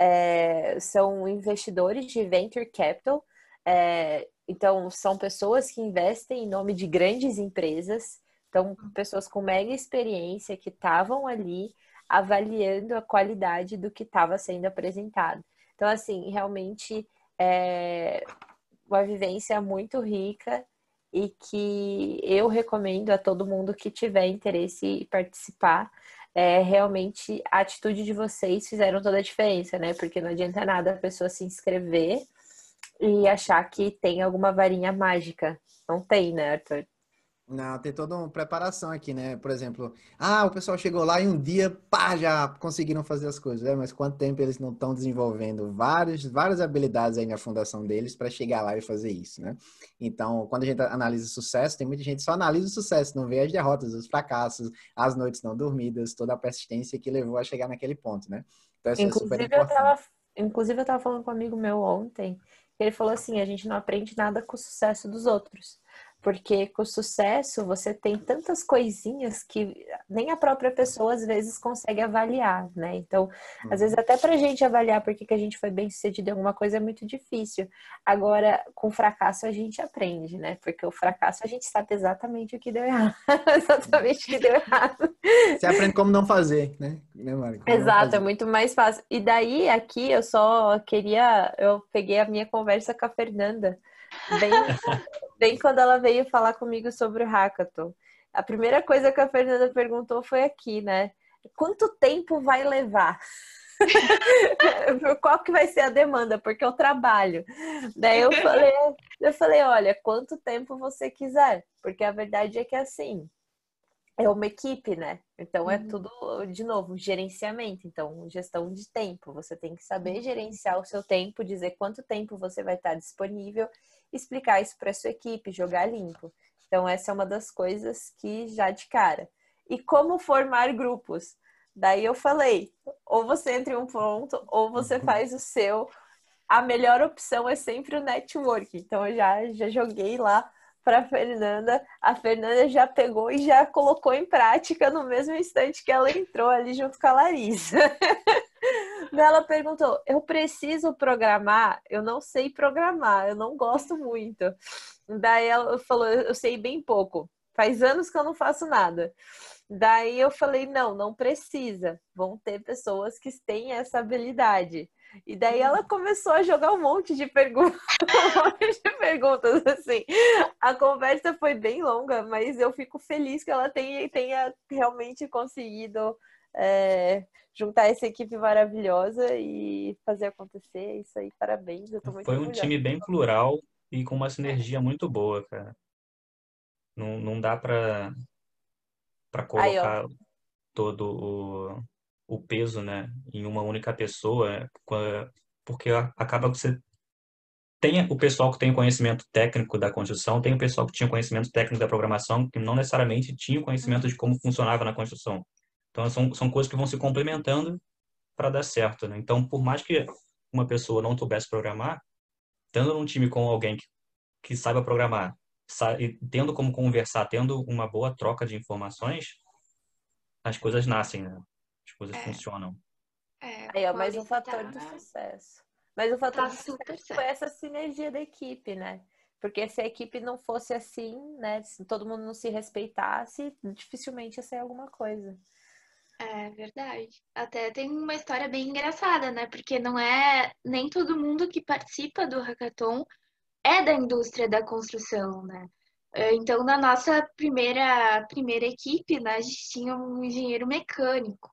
Speaker 2: é, são investidores de venture capital, é, então são pessoas que investem em nome de grandes empresas, então pessoas com mega experiência que estavam ali avaliando a qualidade do que estava sendo apresentado. Então, assim, realmente é uma vivência muito rica e que eu recomendo a todo mundo que tiver interesse em participar. É, realmente a atitude de vocês fizeram toda a diferença, né? Porque não adianta nada a pessoa se inscrever e achar que tem alguma varinha mágica. Não tem, né, Arthur?
Speaker 6: Não, tem toda uma preparação aqui, né? Por exemplo, ah, o pessoal chegou lá e um dia, pá, já conseguiram fazer as coisas, né? Mas quanto tempo eles não estão desenvolvendo várias, várias habilidades aí na fundação deles para chegar lá e fazer isso, né? Então, quando a gente analisa o sucesso, tem muita gente que só analisa o sucesso, não vê as derrotas, os fracassos, as noites não dormidas, toda a persistência que levou a chegar naquele ponto, né? Então, isso é super
Speaker 2: Inclusive, eu
Speaker 6: importante.
Speaker 2: tava, inclusive, eu tava falando com um amigo meu ontem, que ele falou assim, a gente não aprende nada com o sucesso dos outros. Porque com o sucesso você tem tantas coisinhas que nem a própria pessoa às vezes consegue avaliar, né? Então, às vezes até pra gente avaliar por que a gente foi bem sucedido em alguma coisa é muito difícil. Agora, com fracasso a gente aprende, né? Porque o fracasso a gente sabe exatamente o que deu errado. Exatamente o que deu errado.
Speaker 6: Você aprende como não fazer, né? né Mari? Como não
Speaker 2: Exato,
Speaker 6: fazer.
Speaker 2: é muito mais fácil. E daí, aqui, eu só queria... Eu peguei a minha conversa com a Fernanda, bem, bem quando ela veio falar comigo sobre o hackathon. A primeira coisa que a Fernanda perguntou foi aqui, né? Quanto tempo vai levar? Qual que vai ser a demanda? Porque eu trabalho. Daí eu falei, eu falei, olha, quanto tempo você quiser. Porque a verdade é que, assim... É uma equipe, né? Então é tudo, de novo, gerenciamento. Então, gestão de tempo. Você tem que saber gerenciar o seu tempo, dizer quanto tempo você vai estar disponível, explicar isso para a sua equipe, jogar limpo. Então, essa é uma das coisas que já de cara. E como formar grupos? Daí eu falei, ou você entra em um ponto, ou você faz o seu. A melhor opção é sempre o network. Então, eu já, já joguei lá para a Fernanda, a Fernanda já pegou e já colocou em prática no mesmo instante que ela entrou ali junto com a Larissa. Ela perguntou, eu preciso programar? Eu não sei programar, eu não gosto muito. Daí ela falou, eu sei bem pouco, faz anos que eu não faço nada. Daí eu falei, não, não precisa, vão ter pessoas que têm essa habilidade. E daí ela começou a jogar um monte de perguntas, um monte de perguntas, assim. A conversa foi bem longa, mas eu fico feliz que ela tenha, tenha realmente conseguido é, juntar essa equipe maravilhosa e fazer acontecer. Isso aí, parabéns, eu tô muito
Speaker 3: Foi um
Speaker 2: orgulhosa.
Speaker 3: time bem plural e com uma
Speaker 2: É.
Speaker 3: sinergia muito boa, cara. Não, não dá para para
Speaker 2: Aí, ó.
Speaker 3: colocar todo o, o peso, né, em uma única pessoa, qua- porque a- acaba que você tem o pessoal que tem o conhecimento técnico da construção, tem o pessoal que tinha o conhecimento técnico da programação, que não necessariamente tinha o conhecimento de como funcionava na construção. Então, são, são coisas que vão se complementando para dar certo, né? Então, por mais que uma pessoa não soubesse programar, estando num time com alguém que, que saiba programar, sa- e tendo como conversar, tendo uma boa troca de informações, as coisas nascem, né? As coisas
Speaker 4: É,
Speaker 3: funcionam.
Speaker 4: é,
Speaker 2: Aí, ó,
Speaker 4: o
Speaker 2: mais um
Speaker 4: Maurício
Speaker 2: fator do
Speaker 4: tá,
Speaker 2: sucesso. Mas o fator
Speaker 4: tá
Speaker 2: do
Speaker 4: super
Speaker 2: sucesso foi
Speaker 4: certo.
Speaker 2: essa sinergia da equipe, né? Porque se a equipe não fosse assim, né? Se todo mundo não se respeitasse, dificilmente ia sair alguma coisa.
Speaker 4: É verdade. Até tem uma história bem engraçada, né? Porque não é nem todo mundo que participa do hackathon é da indústria da construção, né? É, então, na nossa primeira, primeira equipe, né, a gente tinha um engenheiro mecânico,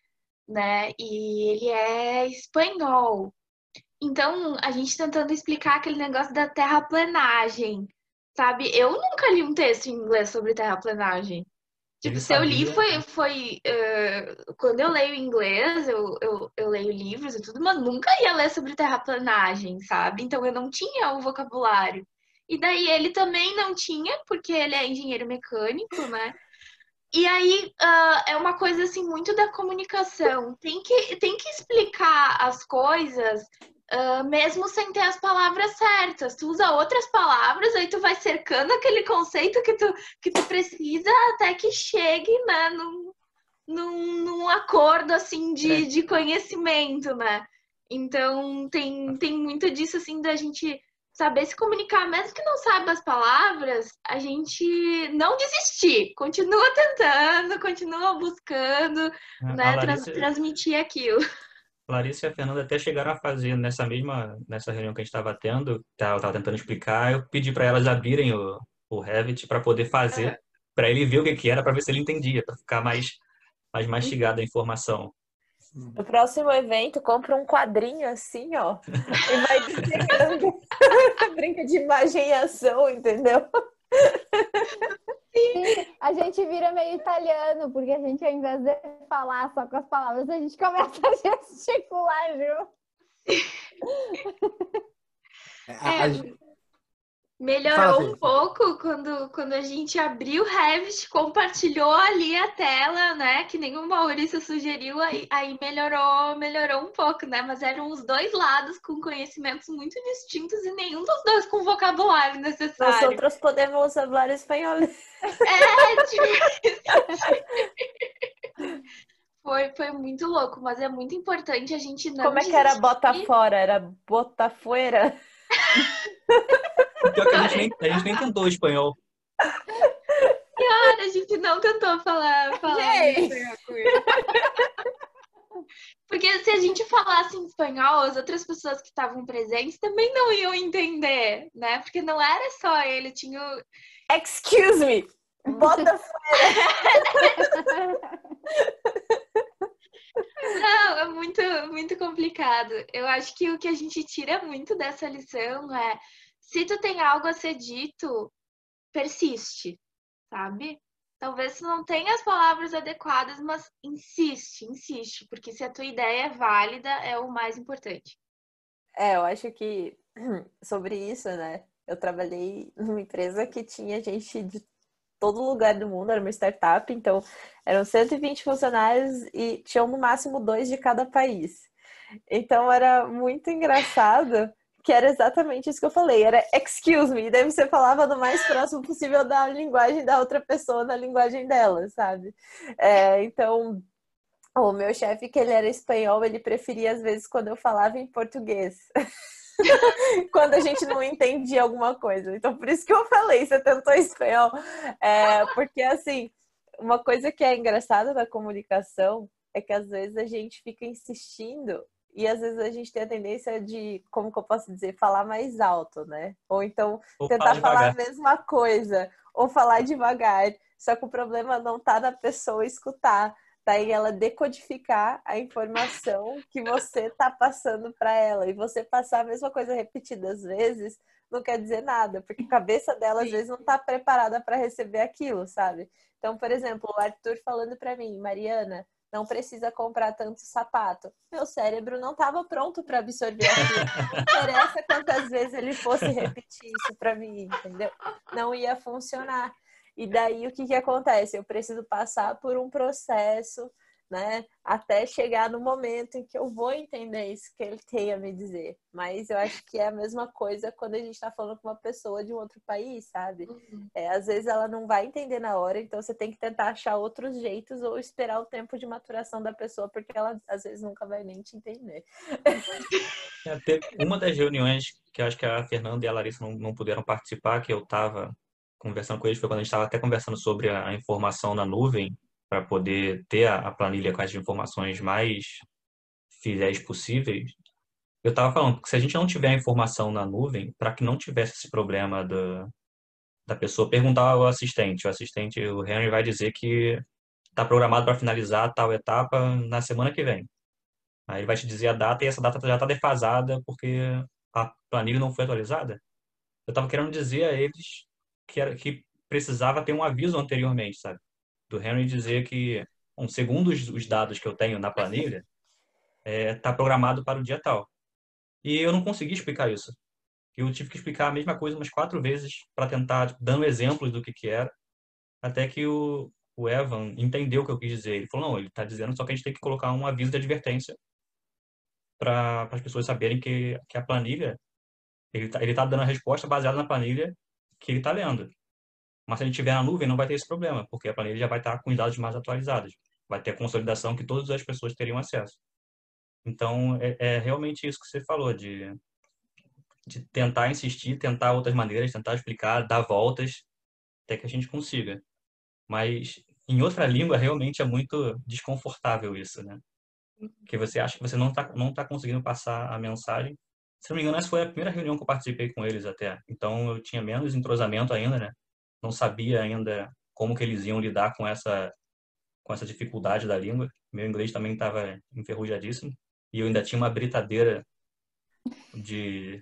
Speaker 4: né? E ele é espanhol. Então, a gente tentando explicar aquele negócio da terraplenagem, sabe? Eu nunca li um texto em inglês sobre terraplenagem.
Speaker 3: Ele
Speaker 4: Tipo, se eu li,
Speaker 3: sabia,
Speaker 4: foi, foi eh, quando eu leio inglês, eu, eu, eu leio livros e tudo, mas nunca ia ler sobre terraplanagem, sabe? Então eu não tinha o vocabulário. E daí ele também não tinha, porque ele é engenheiro mecânico, né? E aí ah, é uma coisa assim muito da comunicação. Tem que, tem que explicar as coisas ah, mesmo sem ter as palavras certas. Tu usa outras palavras, aí tu vai cercando aquele conceito que tu, que tu precisa até que chegue, né, num, num, num acordo assim de,
Speaker 3: é,
Speaker 4: de conhecimento, né? Então tem, tem muito disso assim da gente saber se comunicar, mesmo que não saiba as palavras, a gente não desistir, continua tentando, continua buscando,
Speaker 3: a
Speaker 4: né, trans-
Speaker 3: Larissa,
Speaker 4: transmitir aquilo.
Speaker 3: Larissa e a Fernanda até chegaram a fazer nessa mesma nessa reunião que a gente estava tendo, tá, eu estava tentando explicar, eu pedi para elas abrirem o, o Revit para poder fazer, para ele ver o que que era, para ver se ele entendia, para ficar mais mais mastigada a informação.
Speaker 2: No próximo evento, compra um quadrinho assim, ó, e vai desenhando. Brinca de imagem e ação, entendeu?
Speaker 5: Sim, a gente vira meio italiano, porque a gente, ao invés de falar só com as palavras, a gente começa a gesticular junto.
Speaker 6: A- a-
Speaker 4: É,
Speaker 6: Fala,
Speaker 4: melhorou um
Speaker 6: Fê.
Speaker 4: pouco quando, quando a gente abriu o Revit, compartilhou ali a tela, né? Que nem o Maurício sugeriu, aí, aí melhorou, melhorou um pouco, né? Mas eram os dois lados com conhecimentos muito distintos e nenhum dos dois com vocabulário
Speaker 2: Nós
Speaker 4: necessário.
Speaker 2: outros podemos falar espanhol.
Speaker 4: É, tipo, foi, foi muito louco, mas é muito importante a gente não
Speaker 2: Como é que era bota
Speaker 4: desistir.
Speaker 2: fora? Era bota fuera?
Speaker 3: Pior que a gente nem a gente nem tentou o espanhol.
Speaker 4: Cara, a gente não tentou falar, falar em
Speaker 2: Gente!
Speaker 4: espanhol com ele. Porque se a gente falasse em espanhol, as outras pessoas que estavam presentes também não iam entender, né? Porque não era só ele, tinha o...
Speaker 2: Excuse me! Bota
Speaker 4: Não, é muito, muito complicado. Eu acho que o que a gente tira muito dessa lição é se tu tem algo a ser dito, persiste, sabe? Talvez tu não tenha as palavras adequadas, mas insiste, insiste, porque se a tua ideia é válida, é o mais importante.
Speaker 2: É, eu acho que sobre isso, né? Eu trabalhei numa empresa que tinha gente de todo lugar do mundo, era uma startup, então eram cento e vinte funcionários e tinham no máximo dois de cada país. Então era muito engraçado, que era exatamente isso que eu falei, era excuse me, e daí você falava do mais próximo possível da linguagem da outra pessoa, na linguagem dela, sabe? É, então, o meu chefe, que ele era espanhol, ele preferia às vezes quando eu falava em português. Quando a gente não entendia alguma coisa. Então, por isso que eu falei, você tentou espanhol. É, porque, assim, uma coisa que é engraçada da comunicação é que às vezes a gente fica insistindo E às vezes a gente tem a tendência de, como que eu posso dizer, falar mais alto, né? Ou então
Speaker 3: Ou
Speaker 2: tentar
Speaker 3: fala
Speaker 2: falar a
Speaker 3: devagar.
Speaker 2: mesma coisa, ou falar devagar. Só que o problema não tá na pessoa escutar, tá em ela decodificar a informação que você tá passando para ela. E você passar a mesma coisa repetidas vezes não quer dizer nada, porque a cabeça dela às
Speaker 4: Sim.
Speaker 2: vezes não tá preparada para receber aquilo, sabe? Então, por exemplo, o Arthur falando para mim, Mariana, não precisa comprar tanto sapato. Meu cérebro não estava pronto para absorver aquilo. Não interessa quantas vezes ele fosse repetir isso para mim, entendeu? Não ia funcionar. E daí o que que acontece? Eu preciso passar por um processo, né, até chegar no momento em que eu vou entender isso que ele tem a me dizer. Mas eu acho que é a mesma coisa quando a gente está falando com uma pessoa de um outro país, sabe?
Speaker 4: Uhum.
Speaker 2: É, às vezes ela não vai entender na hora, então você tem que tentar achar outros jeitos ou esperar o tempo de maturação da pessoa, porque ela às vezes nunca vai nem te entender.
Speaker 3: É, teve uma das reuniões que eu acho que a Fernanda e a Larissa não, não puderam participar, que eu estava conversando com eles, foi quando a gente estava até conversando sobre a, a informação na nuvem, para poder ter a, a planilha com as informações mais fiéis possíveis. Eu estava falando que se a gente não tiver a informação na nuvem, para que não tivesse esse problema da, da pessoa perguntar ao assistente, o assistente, o Henry, vai dizer que está programado para finalizar tal etapa na semana que vem. Aí ele vai te dizer a data e essa data já está defasada porque a planilha não foi atualizada. Eu estava querendo dizer a eles que, era, que precisava ter um aviso anteriormente, sabe? Do Henry dizer que, bom, segundo os, os dados que eu tenho na planilha, está programado para o dia tal. E eu não consegui explicar isso. Eu tive que explicar a mesma coisa umas quatro vezes para tentar, tipo, dando exemplos do que, que era, até que o, o Evan entendeu o que eu quis dizer. Ele falou, não, ele está dizendo só que a gente tem que colocar um aviso de advertência para as pessoas saberem que, que a planilha, ele está ele tá dando a resposta baseada na planilha que ele está lendo. Mas se ele tiver na nuvem, não vai ter esse problema, porque a planilha já vai estar com os dados mais atualizados. Vai ter a consolidação que todas as pessoas teriam acesso. Então, é, é realmente isso que você falou, de, de tentar insistir, tentar outras maneiras, tentar explicar, dar voltas, até que a gente consiga. Mas em outra língua, realmente é muito desconfortável isso, né? Que você acha que você não está não tá conseguindo passar a mensagem. Se não me engano, essa foi a primeira reunião que eu participei com eles até. Então, eu tinha menos entrosamento ainda, né? Não sabia ainda como que eles iam lidar com essa, com essa dificuldade da língua. Meu inglês também estava enferrujadíssimo. E eu ainda tinha uma britadeira de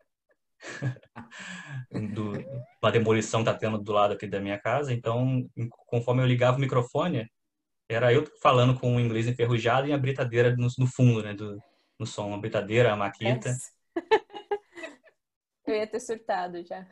Speaker 3: do, uma demolição que tá tendo do lado aqui da minha casa. Então, conforme eu ligava o microfone, era eu falando com o inglês enferrujado e a britadeira no, no fundo, né? Do, no som, a britadeira, a maquita.
Speaker 2: Yes. Eu ia ter surtado já.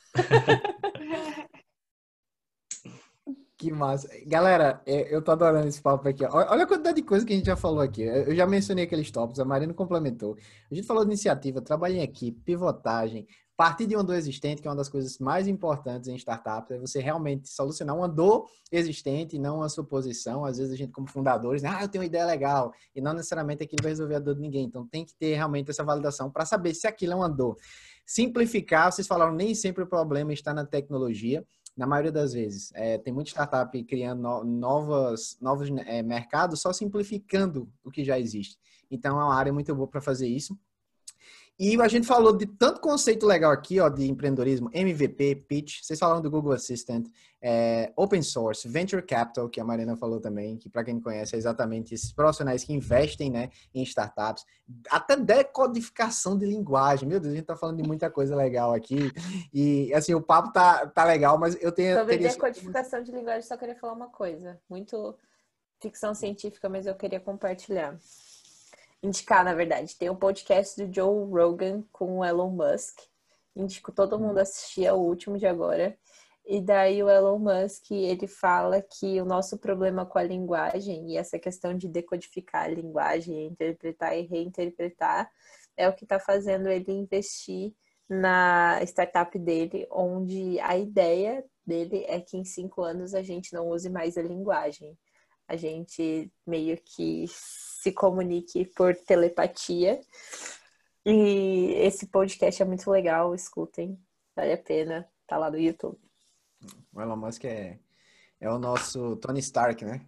Speaker 6: Que massa. Galera, é, eu tô adorando esse papo aqui. Ó. Olha a quantidade de coisa que a gente já falou aqui. Eu já mencionei aqueles tópicos, a Marina complementou. A gente falou de iniciativa, trabalho em equipe, pivotagem, partir de uma dor existente, que é uma das coisas mais importantes em startups, é você realmente solucionar uma dor existente, não uma suposição. Às vezes a gente, como fundadores, ah, eu tenho uma ideia legal, e não necessariamente aquilo vai resolver a dor de ninguém. Então tem que ter realmente essa validação para saber se aquilo é uma dor. Simplificar, vocês falaram, nem sempre o problema está na tecnologia. Na maioria das vezes, é, tem muita startup criando no, novas, novos é, mercados só simplificando o que já existe. Então, é uma área muito boa para fazer isso. E a gente falou de tanto conceito legal aqui, ó, de empreendedorismo, M V P, pitch, vocês falaram do Google Assistant, é, open source, venture capital, que a Marina falou também, que para quem não conhece é exatamente esses profissionais que investem, né, em startups, até decodificação de linguagem. Meu Deus, a gente tá falando de muita coisa legal aqui. E assim, o papo tá, tá legal, mas eu tenho...
Speaker 2: Sobre
Speaker 6: teria...
Speaker 2: decodificação de linguagem, só queria falar uma coisa. Muito ficção científica, mas eu queria compartilhar. Indicar, na verdade. Tem um podcast do Joe Rogan com o Elon Musk. Indico todo mundo assistir, é o último de agora. E daí o Elon Musk, ele fala que o nosso problema com a linguagem e essa questão de decodificar a linguagem, interpretar e reinterpretar, é o que está fazendo ele investir na startup dele, onde a ideia dele é que em cinco anos a gente não use mais a linguagem. A gente meio que se comunique por telepatia. E esse podcast é muito legal, escutem, vale a pena, tá lá no YouTube.
Speaker 6: O Elon Musk é, é o nosso Tony Stark, né?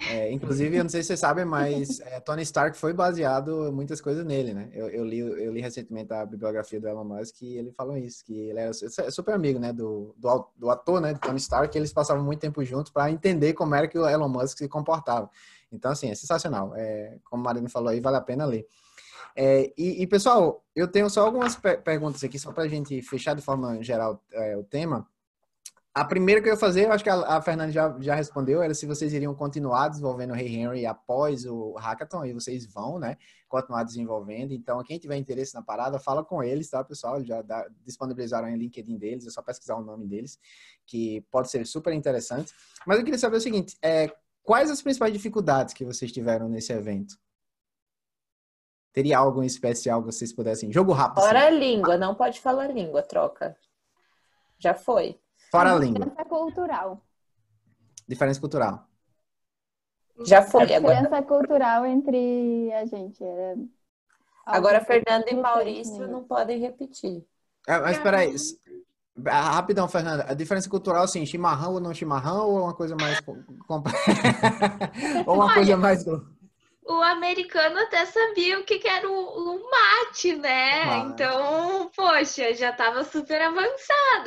Speaker 6: É, inclusive, eu não sei se vocês sabem, mas é, Tony Stark foi baseado em muitas coisas nele, né? Eu, eu, li, eu li recentemente a bibliografia do Elon Musk e ele falou isso, que ele era super amigo, né, do, do, do ator, né, de Tony Stark, e eles passavam muito tempo juntos para entender como era que o Elon Musk se comportava. Então, assim, é sensacional. É, como a Marina falou aí, vale a pena ler. É, e, e, pessoal, eu tenho só algumas per perguntas aqui, só para a gente fechar de forma geral é, o tema. A primeira que eu ia fazer, eu acho que a, a Fernanda já, já respondeu, era se vocês iriam continuar desenvolvendo o Hey Henry após o hackathon, e vocês vão, né, continuar desenvolvendo. Então, quem tiver interesse na parada, fala com eles, tá, pessoal? Eles já dá, disponibilizaram o LinkedIn deles, é só pesquisar o nome deles, que pode ser super interessante. Mas eu queria saber o seguinte, é, quais as principais dificuldades que vocês tiveram nesse evento? Teria algo em especial que vocês pudessem... Jogo rápido.
Speaker 2: Fora a
Speaker 6: assim.
Speaker 2: língua, não pode falar língua, troca. Já foi.
Speaker 6: Fora
Speaker 5: a
Speaker 6: a língua.
Speaker 5: Diferença cultural.
Speaker 6: Diferença cultural.
Speaker 2: Já foi.
Speaker 5: A
Speaker 2: Agora,
Speaker 5: diferença cultural entre a gente. Era algo
Speaker 2: agora Fernando e
Speaker 5: frustrante
Speaker 2: Maurício
Speaker 5: mesmo.
Speaker 2: não podem repetir.
Speaker 6: É, mas peraí, ah, rapidão, Fernanda. A diferença cultural, assim, chimarrão ou não chimarrão, ou é uma coisa mais... com- com- ou uma
Speaker 4: Olha,
Speaker 6: coisa mais...
Speaker 4: o americano até sabia o que que era o, o mate, né?
Speaker 6: Mate.
Speaker 4: Então, poxa, já estava super avançada.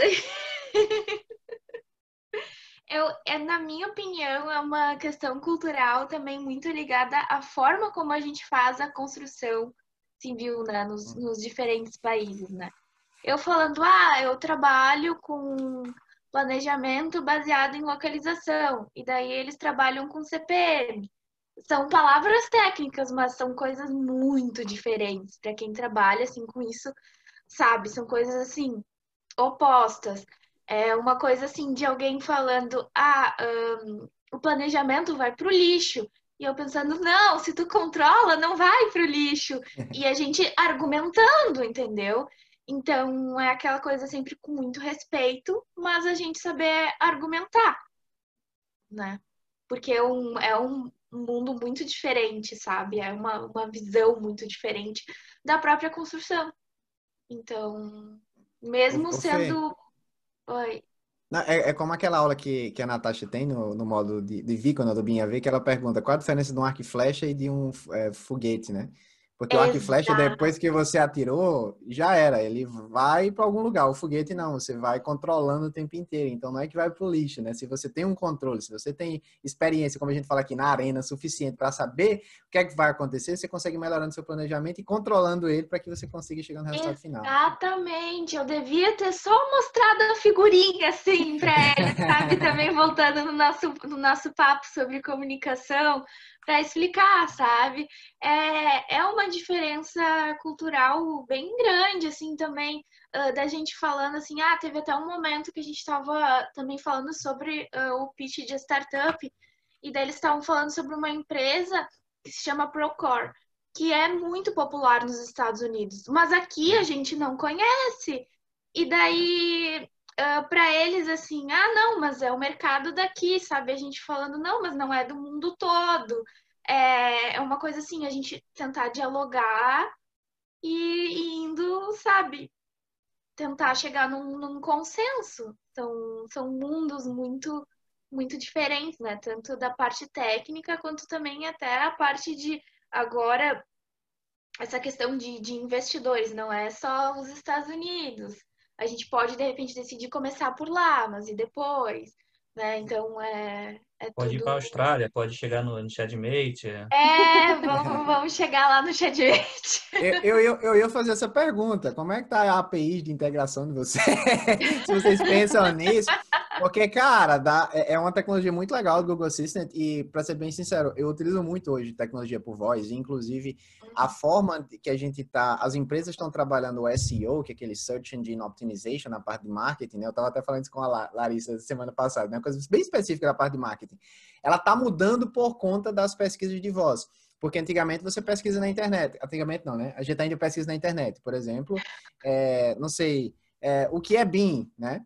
Speaker 4: Eu, é, na minha opinião, é uma questão cultural também muito ligada à forma como a gente faz a construção civil, né, nos, nos diferentes países, né? Eu falando, ah, eu trabalho com planejamento baseado em localização, e daí eles trabalham com C P M. São palavras técnicas, mas são coisas muito diferentes. Para quem trabalha assim com isso, sabe, são coisas assim opostas. É uma coisa assim de alguém falando, ah, hum, o planejamento vai para o lixo. E eu pensando, não, se tu controla, não vai para o lixo. E a gente argumentando, entendeu? Então é aquela coisa sempre com muito respeito, mas a gente saber argumentar, né? Porque é um, é um mundo muito diferente, sabe? É uma, uma visão muito diferente da própria construção. Então, mesmo
Speaker 6: Ô, ô, Fê,
Speaker 4: sendo. Oi.
Speaker 6: não, é, é como aquela aula que, que a Natasha tem no, no modo de, de Vicona, do Binha V, que ela pergunta qual a diferença de um arco e flecha e de um é, foguete, né? Porque o arco e flecha,
Speaker 4: Exato.
Speaker 6: depois que você atirou, já era. Ele vai para algum lugar. O foguete não, você vai controlando o tempo inteiro. Então não é que vai para o lixo, né? Se você tem um controle, se você tem experiência, como a gente fala aqui, na arena, suficiente para saber o que é que vai acontecer, você consegue melhorando seu planejamento e controlando ele para que você consiga chegar no resultado final.
Speaker 4: Exatamente. Eu devia ter só mostrado a figurinha assim para ele, sabe? Também voltando no nosso, no nosso papo sobre comunicação, para explicar, sabe? É, é uma diferença cultural bem grande, assim, também, uh, da gente falando assim, ah, teve até um momento que a gente estava também falando sobre uh, o pitch de startup, e daí eles estavam falando sobre uma empresa que se chama Procore, que é muito popular nos Estados Unidos, mas aqui a gente não conhece. E daí, uh, para eles, assim, ah, não, mas é o mercado daqui, sabe? A gente falando, não, mas não é do mundo todo. É, é uma coisa assim, a gente tentar dialogar e, e indo, sabe? Tentar chegar num, num consenso. Então, são mundos muito, muito diferentes, né? Tanto da parte técnica, quanto também até a parte de agora essa questão de, de investidores, não é só os Estados Unidos. A gente pode, de repente, decidir começar por lá, mas e depois? Né? Então, é, é
Speaker 3: Pode ir
Speaker 4: tudo...
Speaker 3: para a Austrália, pode chegar no, no Chatmate. É.
Speaker 4: É, vamos, vamos chegar lá no Chatmate.
Speaker 6: Eu, eu, eu, eu ia fazer essa pergunta. Como é que tá a API de integração de vocês? Se vocês pensam nisso. Porque, cara, dá, é uma tecnologia muito legal do Google Assistant e, para ser bem sincero, eu utilizo muito hoje tecnologia por voz. Inclusive, a forma que a gente tá... As empresas estão trabalhando o S E O, que é aquele Search Engine Optimization, na parte de marketing, né? Eu estava até falando isso com a Larissa semana passada, né? Uma coisa bem específica da parte de marketing. Ela tá mudando por conta das pesquisas de voz. Porque antigamente você pesquisa na internet. Antigamente não, né? A gente ainda pesquisa na internet. Por exemplo, é, não sei, é, o que é Bing, né?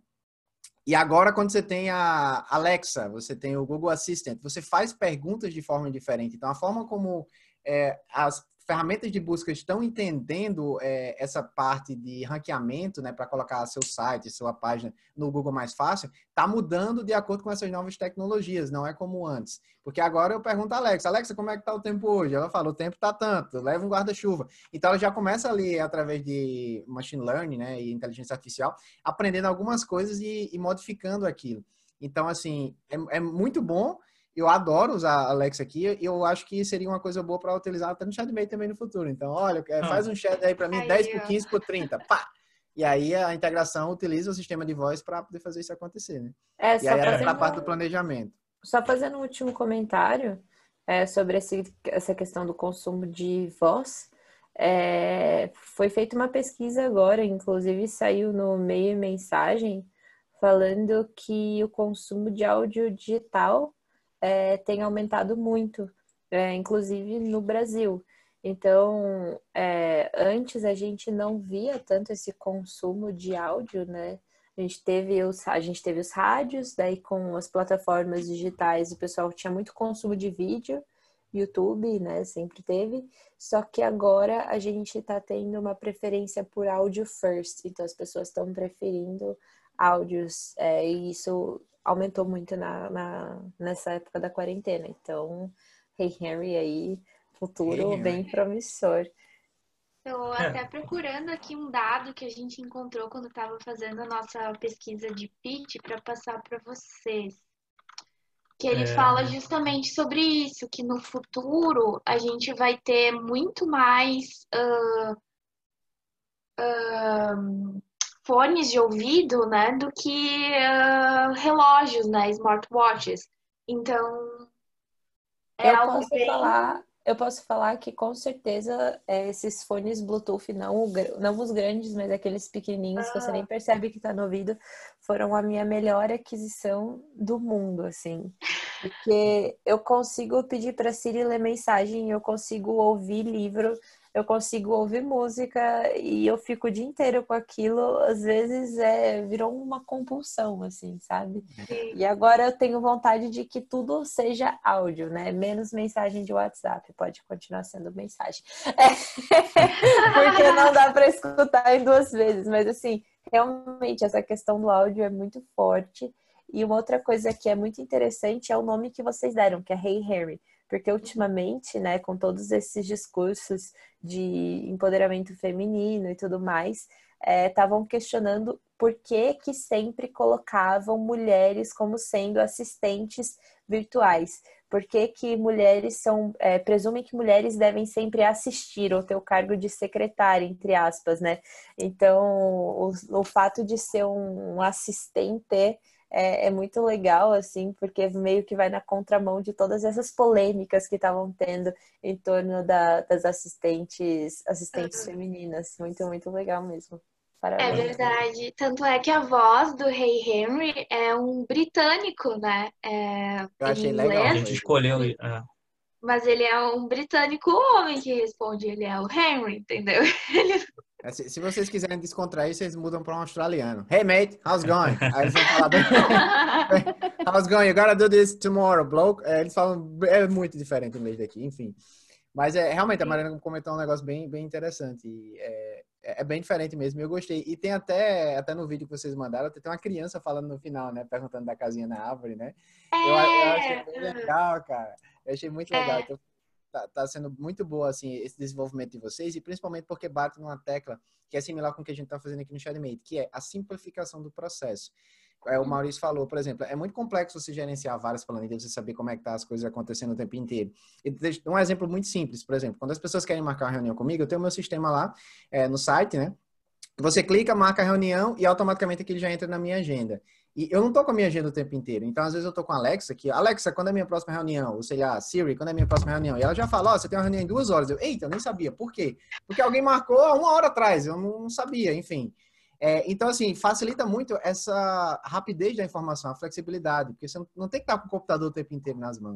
Speaker 6: E agora, quando você tem a Alexa, você tem o Google Assistant, você faz perguntas de forma diferente. Então, a forma como é, as ferramentas de busca estão entendendo é, essa parte de ranqueamento, né, para colocar seu site, sua página no Google mais fácil, está mudando de acordo com essas novas tecnologias, não é como antes. Porque agora eu pergunto a Alexa, Alexa, como é que está o tempo hoje? Ela fala, o tempo está tanto, leva um guarda-chuva. Então, ela já começa ali, através de machine learning, né, e inteligência artificial, aprendendo algumas coisas e, e modificando aquilo. Então, assim, é, é muito bom. Eu adoro usar a Alexa aqui e eu acho que seria uma coisa boa para utilizar até no ChatMate também no futuro. Então, olha, faz um chat aí para mim,
Speaker 4: Aí,
Speaker 6: dez por
Speaker 4: ó.
Speaker 6: quinze por trinta, pá! E aí a integração utiliza o sistema de voz para poder fazer isso acontecer, né?
Speaker 2: É,
Speaker 6: E
Speaker 2: só
Speaker 6: aí até
Speaker 2: fazendo,
Speaker 6: para a parte do planejamento.
Speaker 2: só fazendo um último comentário é, sobre esse, essa questão do consumo de voz. É, foi feita uma pesquisa agora, inclusive saiu no Meio Mensagem, falando que o consumo de áudio digital é, tem aumentado muito, é, inclusive no Brasil. Então, é, antes a gente não via tanto esse consumo de áudio, né? A gente teve os, a gente teve os rádios, daí com as plataformas digitais o pessoal tinha muito consumo de vídeo, YouTube, né? Sempre teve. Só que agora a gente está tendo uma preferência por áudio first. Então as pessoas estão preferindo áudios, é, e isso aumentou muito na, na, nessa época da quarentena. Então, Hey Henry aí, futuro
Speaker 6: Hey,
Speaker 2: bem
Speaker 6: Henry.
Speaker 2: promissor.
Speaker 4: Estou
Speaker 3: É.
Speaker 4: até procurando aqui um dado que a gente encontrou quando estava fazendo a nossa pesquisa de pitch para passar para vocês. Que ele
Speaker 3: É.
Speaker 4: fala justamente sobre isso, que no futuro a gente vai ter muito mais ah, ah, fones de ouvido, né, do que ah, relógios, né, smartwatches. Então, é
Speaker 2: Eu
Speaker 4: algo
Speaker 2: posso
Speaker 4: bem...
Speaker 2: falar, eu posso falar que com certeza é, esses fones Bluetooth, não, o gra- não os grandes, mas aqueles pequenininhos que você nem percebe que tá no ouvido, foram a minha melhor aquisição do mundo, assim. Porque eu consigo pedir para Siri ler mensagem, eu consigo ouvir livro, eu consigo ouvir música e eu fico o dia inteiro com aquilo. Às vezes é, virou uma compulsão, assim, sabe? E agora eu tenho vontade de que tudo seja áudio, né? Menos mensagem de WhatsApp. Pode continuar sendo mensagem. Porque não dá para escutar em duas vezes. Mas, assim, realmente, essa questão do áudio é muito forte. E uma outra coisa que é muito interessante é o nome que vocês deram, que é Hey Henry. Porque ultimamente, né, com todos esses discursos de empoderamento feminino e tudo mais, estavam é, questionando por que que sempre colocavam mulheres como sendo assistentes virtuais. Por que que mulheres são... É, presumem que mulheres devem sempre assistir ou ter o cargo de secretária, entre aspas, né? Então, o, o fato de ser um, um assistente... É, é muito legal, assim, porque meio que vai na contramão de todas essas polêmicas que estavam tendo em torno da, das assistentes, assistentes femininas. Muito, muito legal mesmo.
Speaker 4: É
Speaker 2: Parabéns.
Speaker 4: verdade. Tanto é que a voz do Hey Henry é um britânico, né? É,
Speaker 6: Eu
Speaker 4: em
Speaker 6: achei
Speaker 3: A
Speaker 6: legal.
Speaker 4: inglês,
Speaker 3: gente escolheu. É.
Speaker 4: mas ele é um britânico homem que responde. Ele é o Henry, entendeu? Ele...
Speaker 6: É, Se, se vocês quiserem descontrair, vocês mudam para um australiano. Hey, mate, how's going? Aí eles vão falar bem... How's going? You gotta do this tomorrow, bloke. É, eles falam... É muito diferente o inglês daqui, enfim. Mas é, realmente, a Mariana comentou um negócio bem, bem interessante. E é, é bem diferente mesmo, eu gostei. E tem até, até no vídeo que vocês mandaram, tem uma criança falando no final, né? Perguntando da casinha na árvore, né? Eu, eu achei
Speaker 4: É,
Speaker 6: bem legal, cara. Eu achei muito legal.
Speaker 4: é,
Speaker 6: Então, tá, tá sendo muito boa, assim, esse desenvolvimento de vocês. E principalmente porque bate numa tecla que é similar com o que a gente tá fazendo aqui no ShareMate, que é a simplificação do processo. É, o Maurício falou, por exemplo, é muito complexo você gerenciar várias planilhas, você saber como é que tá as coisas acontecendo o tempo inteiro. E um exemplo muito simples, por exemplo, quando as pessoas querem marcar uma reunião comigo, eu tenho o meu sistema lá é, no site, né? Você clica, marca a reunião e automaticamente aquele já entra na minha agenda. E eu não tô com a minha agenda o tempo inteiro. Então, às vezes eu tô com a Alexa aqui. Alexa, quando é a minha próxima reunião? Ou sei lá, Siri, quando é a minha próxima reunião? E ela já fala, ó, oh, você tem uma reunião em duas horas. Eu, eita, eu nem sabia. Por quê? Porque alguém marcou há uma hora atrás. Eu não sabia, enfim. É, então, assim, facilita muito essa rapidez da informação, a flexibilidade. Porque você não, não tem que estar com o computador o tempo inteiro nas mãos.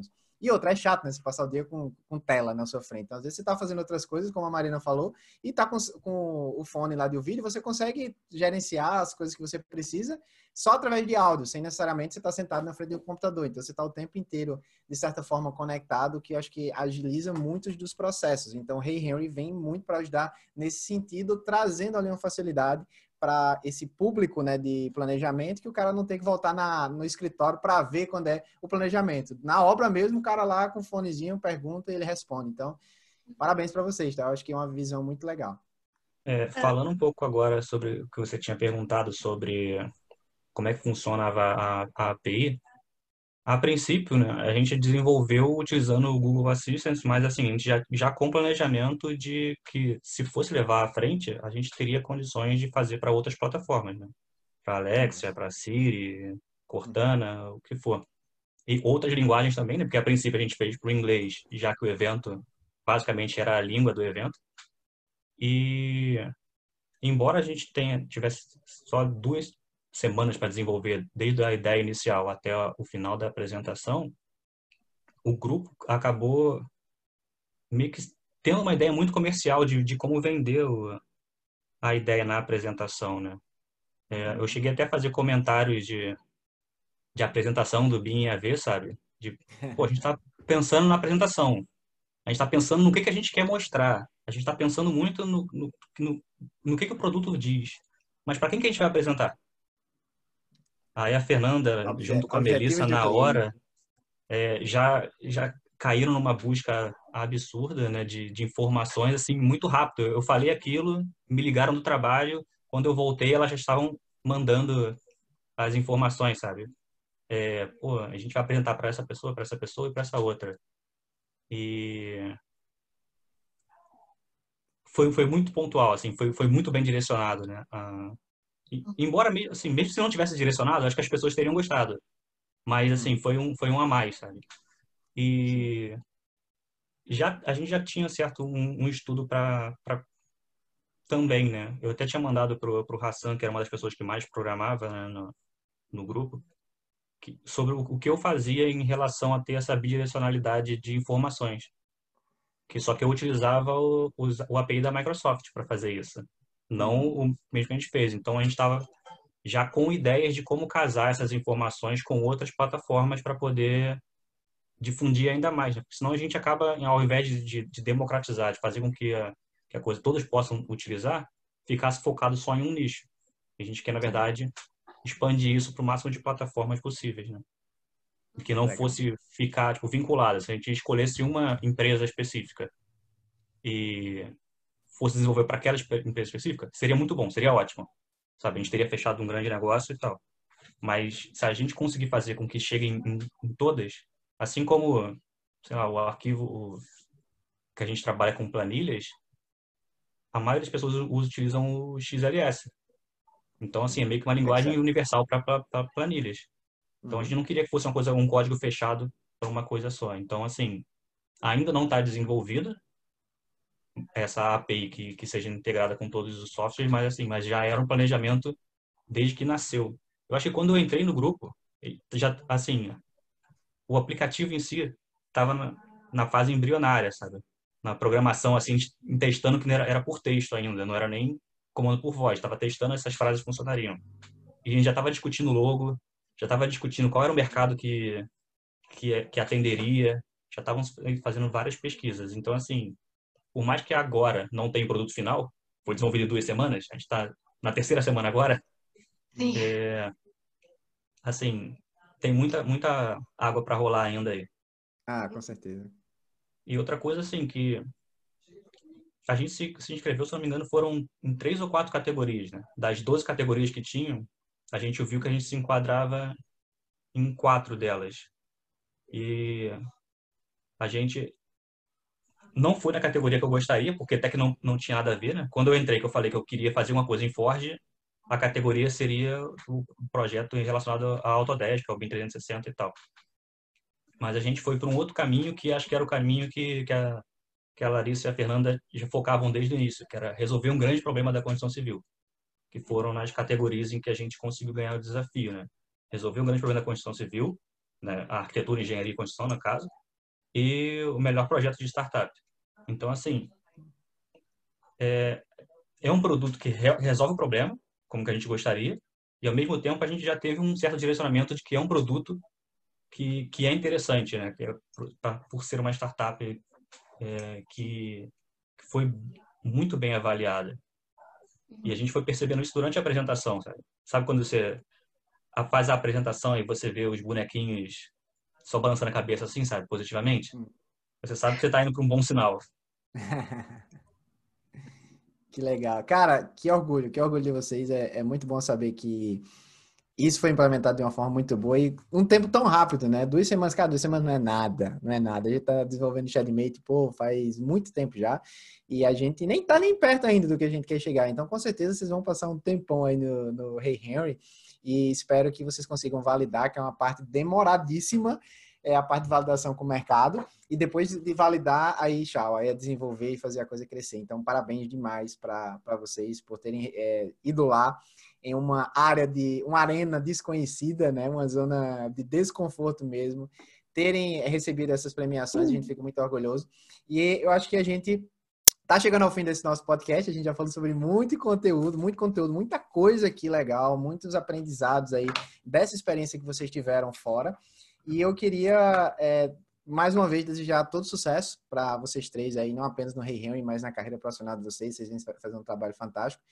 Speaker 6: E outra, é chato, né? Você passar o dia com, com tela na sua frente. Então, às vezes você tá fazendo outras coisas, como a Marina falou, e tá com, com o fone lá de ouvido, você consegue gerenciar as coisas que você precisa só através de áudio, sem necessariamente você estar sentado na frente do computador. Então, você está o tempo inteiro, de certa forma, conectado, que eu acho que agiliza muitos dos processos. Então, o Hey Henry vem muito para ajudar nesse sentido, trazendo ali uma facilidade para esse público, né, de planejamento, que o cara não tem que voltar na, no escritório para ver quando é o planejamento. Na obra mesmo, o cara lá com o fonezinho pergunta e ele responde. Então, parabéns para vocês, tá? Eu acho que é uma visão muito legal.
Speaker 3: É, falando um pouco agora sobre o que você tinha perguntado sobre como é que funcionava a, a A P I, a princípio, né, a gente desenvolveu utilizando o Google Assistant, mas assim, a gente já, já com planejamento de que se fosse levar à frente, a gente teria condições de fazer para outras plataformas, né? Para Alexia, para Siri, Cortana, o que for. E outras linguagens também, né? Porque a princípio a gente fez para o inglês, já que o evento basicamente era a língua do evento. E embora a gente tenha tivesse só duas semanas para desenvolver, desde a ideia inicial até o final da apresentação, o grupo acabou meio que tendo uma ideia muito comercial de, de como vender o, a ideia na apresentação, né? É, eu cheguei até a fazer comentários de, de apresentação do B I M A V, sabe? De, pô, a gente está pensando na apresentação, a gente está pensando no que, que a gente quer mostrar, a gente está pensando muito no, no, no, no que, que o produto diz, mas para quem que a gente vai apresentar? Aí a Fernanda,
Speaker 6: Obje
Speaker 3: junto com a
Speaker 6: objetivos
Speaker 3: Melissa,
Speaker 6: do
Speaker 3: na
Speaker 6: cliente.
Speaker 3: hora, é, já, já caíram numa busca absurda, né, de, de informações, assim, muito rápido. Eu falei aquilo, me ligaram do trabalho, quando eu voltei, elas já estavam mandando as informações, sabe? É, pô, a gente vai apresentar para essa pessoa, para essa pessoa e para essa outra. E foi, foi muito pontual, assim, foi, foi muito bem direcionado, né? Ah, e, embora, me- assim, mesmo se não tivesse direcionado, acho que as pessoas teriam gostado. Mas, assim, foi um, foi um a mais, sabe? E já, a gente já tinha, certo, um, um estudo para também, né? Eu até tinha mandado pro, pro Hassan, que era uma das pessoas que mais programava, né, no, no grupo, que, sobre o, o que eu fazia em relação a ter essa bidirecionalidade de informações. Que só que eu utilizava o, os- o A P I da Microsoft para fazer isso. Não o mesmo que a gente fez. Então, a gente estava já com ideias de como casar essas informações com outras plataformas para poder difundir ainda mais, né? Porque senão a gente acaba, ao invés de, de, de democratizar, de fazer com que a, que a coisa todos possam utilizar, ficasse focado só em um nicho. E a gente quer, na verdade, expandir isso para o máximo de plataformas possíveis, né? E que não
Speaker 6: Legal.
Speaker 3: fosse ficar tipo, vinculada. Se a gente escolhesse uma empresa específica e fosse desenvolver para aquela espe- empresa específica, seria muito bom, seria ótimo. Sabe? A gente teria fechado um grande negócio e tal. Mas se a gente conseguir fazer com que chegue em, em, em todas, assim como, sei lá, o arquivo o- que a gente trabalha com planilhas, a maioria das pessoas u- utilizam o X L S. Então, assim, é meio que uma linguagem
Speaker 6: Excel.
Speaker 3: universal para planilhas. Então, a gente
Speaker 6: Uhum.
Speaker 3: não queria que fosse uma coisa, um código fechado para uma coisa só. Então, assim, ainda não está desenvolvida essa A P I que, que seja integrada com todos os softwares, mas assim, mas já era um planejamento desde que nasceu. Eu acho que quando eu entrei no grupo, ele já assim, o aplicativo em si estava na, na fase embrionária, sabe? Na programação, assim, testando que não era, era por texto ainda, não era nem comando por voz, estava testando essas frases funcionariam. E a gente já estava discutindo logo, já estava discutindo qual era o mercado que, que, que atenderia, já estavam fazendo várias pesquisas. Então, assim, por mais que agora não tenha produto final, foi desenvolvido em duas semanas, a gente está na terceira semana agora,
Speaker 4: Sim.
Speaker 3: assim, tem muita, muita água para rolar ainda aí.
Speaker 6: Ah, com certeza.
Speaker 3: E outra coisa, assim, que a gente se, se inscreveu, se não me engano, foram em três ou quatro categorias, né? Das doze categorias que tinham, a gente viu que a gente se enquadrava em quatro delas. E a gente não foi na categoria que eu gostaria, porque até que não, não tinha nada a ver, né? Quando eu entrei, que eu falei que eu queria fazer uma coisa em Ford, a categoria seria o projeto relacionado à Autodesk, ao B I M trezentos e sessenta e tal. Mas a gente foi por um outro caminho que acho que era o caminho que, que, a, que a Larissa e a Fernanda já focavam desde o início, que era resolver um grande problema da construção civil, que foram nas categorias em que a gente conseguiu ganhar o desafio, né? Resolver um grande problema da construção civil, né? A arquitetura, engenharia e construção, no caso, e o melhor projeto de startup. Então, assim, é, é um produto que re resolve o problema, como que a gente gostaria, e ao mesmo tempo a gente já teve um certo direcionamento de que é um produto que, que é interessante, né? Que é por, por ser uma startup é, que, que foi muito bem avaliada. E a gente foi percebendo isso durante a apresentação, sabe? Sabe quando você faz a apresentação e você vê os bonequinhos só balançando a cabeça assim, sabe? Positivamente? Você sabe que você está indo para um bom sinal.
Speaker 6: Que legal. Cara, que orgulho, que orgulho de vocês. É, é muito bom saber que isso foi implementado de uma forma muito boa e um tempo tão rápido, né? Duas semanas, cara, duas semanas não é nada, não é nada. A gente tá desenvolvendo o Chatmate, pô, faz muito tempo já e a gente nem tá nem perto ainda do que a gente quer chegar. Então, com certeza, vocês vão passar um tempão aí no, no Hey Henry e espero que vocês consigam validar, que é uma parte demoradíssima, é a parte de validação com o mercado e depois de validar, aí, tchau, aí é desenvolver e fazer a coisa crescer. Então, parabéns demais para vocês por terem é, ido lá em uma área de, uma arena desconhecida, né? Uma zona de desconforto mesmo, terem recebido essas premiações, a gente fica muito orgulhoso. E eu acho que a gente tá chegando ao fim desse nosso podcast, a gente já falou sobre muito conteúdo, muito conteúdo, muita coisa aqui legal, muitos aprendizados aí dessa experiência que vocês tiveram fora. E eu queria, é, mais uma vez, desejar todo sucesso para vocês três aí, não apenas no Hey Henry, mas na carreira profissional de vocês, vocês vêm fazendo um trabalho fantástico.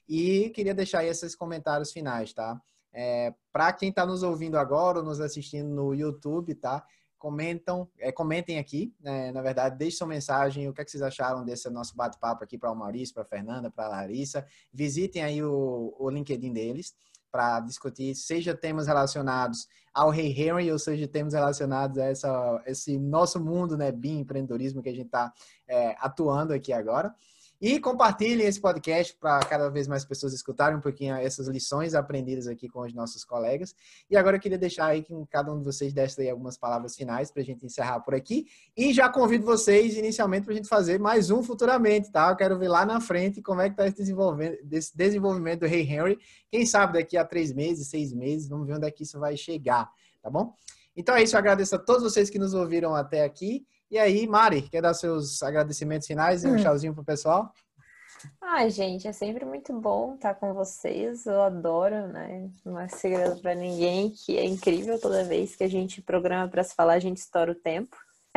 Speaker 6: E queria deixar aí esses comentários finais, tá? É, para quem está nos ouvindo agora ou nos assistindo no YouTube, tá? Comentam, é, comentem aqui, né? Na verdade, deixem sua mensagem, o que, é que vocês acharam desse nosso bate-papo aqui para o Maurício, para a Fernanda, para a Larissa. Visitem aí o, o LinkedIn deles para discutir, seja temas relacionados ao Hey Henry, ou seja, temas relacionados a essa, esse nosso mundo, né? B I M, empreendedorismo que a gente está é, atuando aqui agora. E compartilhem esse podcast para cada vez mais pessoas escutarem um pouquinho essas lições aprendidas aqui com os nossos colegas. E agora eu queria deixar aí que cada um de vocês desse aí algumas palavras finais para a gente encerrar por aqui. E já convido vocês inicialmente para a gente fazer mais um futuramente, tá? Eu quero ver lá na frente como é que está esse desenvolvimento, esse desenvolvimento do Hey Henry. Quem sabe daqui a três meses, seis meses, vamos ver onde é que isso vai chegar, tá bom? Então é isso, eu agradeço a todos vocês que nos ouviram até aqui. E aí, Mari, quer dar seus agradecimentos finais e um tchauzinho pro pessoal?
Speaker 2: Ah, gente, é sempre muito bom estar com vocês. Eu adoro, né? Não é segredo para ninguém que é incrível toda vez que a gente programa para se falar, a gente estoura o tempo.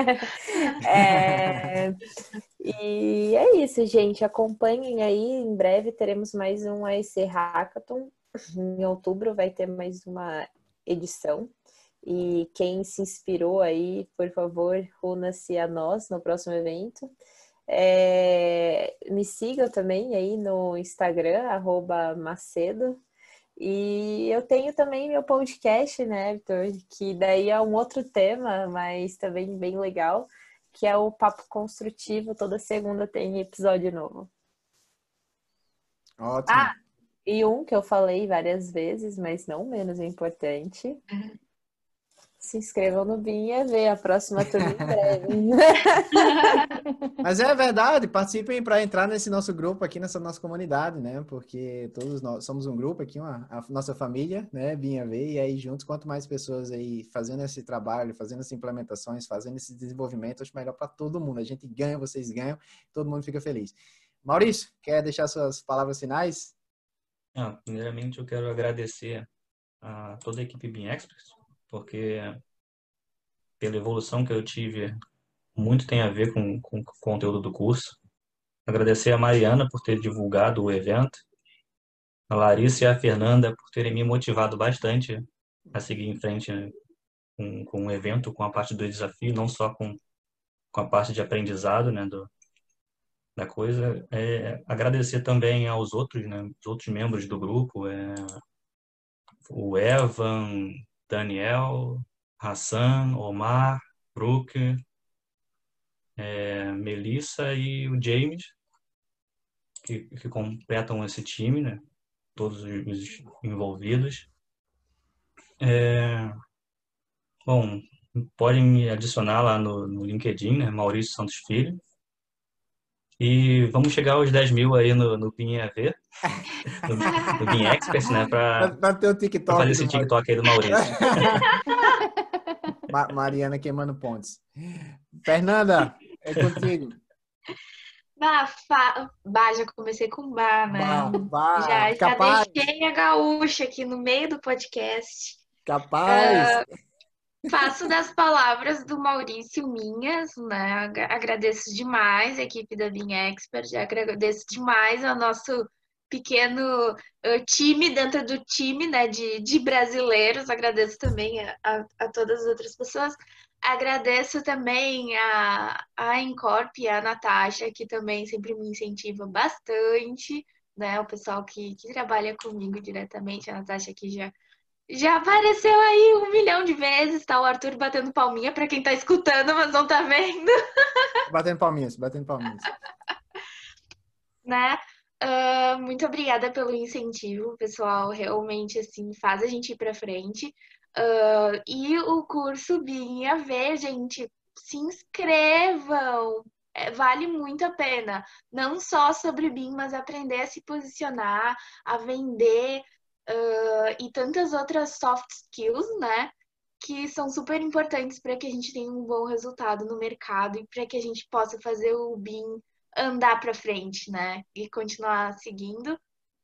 Speaker 2: é... E é isso, gente. Acompanhem aí. Em breve teremos mais um A E C Hackathon. Em outubro vai ter mais uma edição. E quem se inspirou aí, por favor, una-se a nós no próximo evento. É, me sigam também aí no Instagram, arroba Macedo. E eu tenho também meu podcast, né, Vitor? Que daí é um outro tema, mas também bem legal, que é o Papo Construtivo. Toda segunda tem episódio novo.
Speaker 6: Ótimo.
Speaker 2: Ah, e um que eu falei várias vezes, mas não menos importante. Se inscrevam no B I M e ver a próxima turma em breve.
Speaker 6: Mas é verdade, participem para entrar nesse nosso grupo aqui, nessa nossa comunidade, né? Porque todos nós somos um grupo aqui, uma, a nossa família, né? B I M A V, e aí juntos, quanto mais pessoas aí fazendo esse trabalho, fazendo essas implementações, fazendo esse desenvolvimento, acho melhor para todo mundo. A gente ganha, vocês ganham, todo mundo fica feliz. Maurício, quer deixar suas palavras finais?
Speaker 3: Ah, primeiramente, eu quero agradecer a toda a equipe B I M Experts, porque pela evolução que eu tive, muito tem a ver com, com o conteúdo do curso. Agradecer a Mariana por ter divulgado o evento, a Larissa e a Fernanda por terem me motivado bastante a seguir em frente, né, com, com o evento, com a parte do desafio, não só com, com a parte de aprendizado, né, do, da coisa. É, agradecer também aos outros, né, os outros membros do grupo, é, o Evan, Daniel, Hassan, Omar, Brooke, é, Melissa e o James, que, que completam esse time, né? Todos os envolvidos. É, bom, podem me adicionar lá no, no LinkedIn, né? Maurício Santos Filho. E vamos chegar aos dez mil aí no, no B I M A V, no, no B I M Experts, né? Para fazer esse TikTok aí do Maurício.
Speaker 6: Mariana queimando pontes. Fernanda, é contigo.
Speaker 4: Bah, fa... bah, já comecei com bah, né?
Speaker 6: Bah, bah,
Speaker 4: Já, já
Speaker 6: capaz,
Speaker 4: deixei a gaúcha aqui no meio do podcast.
Speaker 6: capaz.
Speaker 4: Faço das palavras do Maurício minhas, né? Agra- Agradeço demais a equipe da Bean Expert, agradeço demais ao nosso pequeno eh, time dentro do time, né, de, de brasileiros. Agradeço também a, a, a todas as outras pessoas. Agradeço também a, a Encorp e a Natasha, que também sempre me incentiva bastante, né? O pessoal que, que trabalha comigo diretamente, a Natasha que já já apareceu aí um milhão de vezes, tá o Arthur batendo palminha pra quem tá escutando, mas não tá vendo,
Speaker 6: Batendo palminhas, batendo palminhas.
Speaker 4: né? Ah, muito obrigada pelo incentivo, pessoal. Realmente, assim, faz a gente ir pra frente. Ah, e o curso Bim A V, gente, se inscrevam. É, vale muito a pena. Não só sobre Bim, mas aprender a se posicionar, a vender, ah, e tantas outras soft skills, né? Que são super importantes para que a gente tenha um bom resultado no mercado e para que a gente possa fazer o Bim andar para frente, né? E continuar seguindo.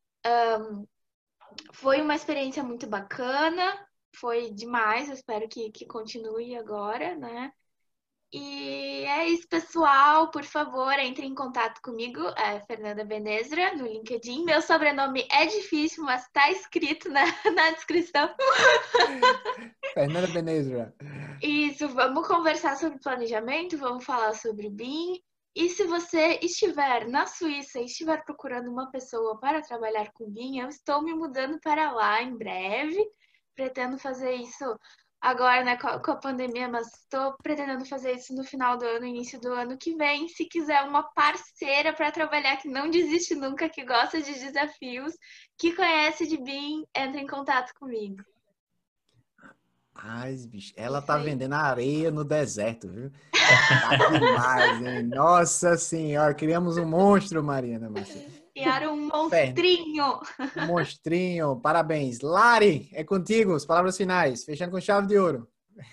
Speaker 4: Foi uma experiência muito bacana, foi demais, eu espero que, que continue agora, né? E é isso, pessoal. Por favor, entre em contato comigo, é Fernanda Benezra, no LinkedIn. Meu sobrenome é difícil, mas está escrito na, na descrição.
Speaker 6: Fernanda Benezra.
Speaker 4: Isso, vamos conversar sobre planejamento, vamos falar sobre o Bim. E se você estiver na Suíça e estiver procurando uma pessoa para trabalhar com Bim, eu estou me mudando para lá em breve. Pretendo fazer isso agora, né, com a, com a pandemia, mas estou pretendendo fazer isso no final do ano, início do ano que vem. Se quiser uma parceira para trabalhar que não desiste nunca, que gosta de desafios, que conhece de Bim, entre em contato comigo.
Speaker 6: Ai, bicho, ela
Speaker 4: Isso
Speaker 6: tá
Speaker 4: aí.
Speaker 6: vendendo areia no deserto, viu? Tá demais, hein? Nossa senhora, criamos um monstro, Mariana Márcia.
Speaker 4: Criaram um
Speaker 6: Fer-
Speaker 4: monstrinho.
Speaker 6: Um monstrinho, parabéns. Lari, é contigo, as palavras finais, fechando com chave de ouro.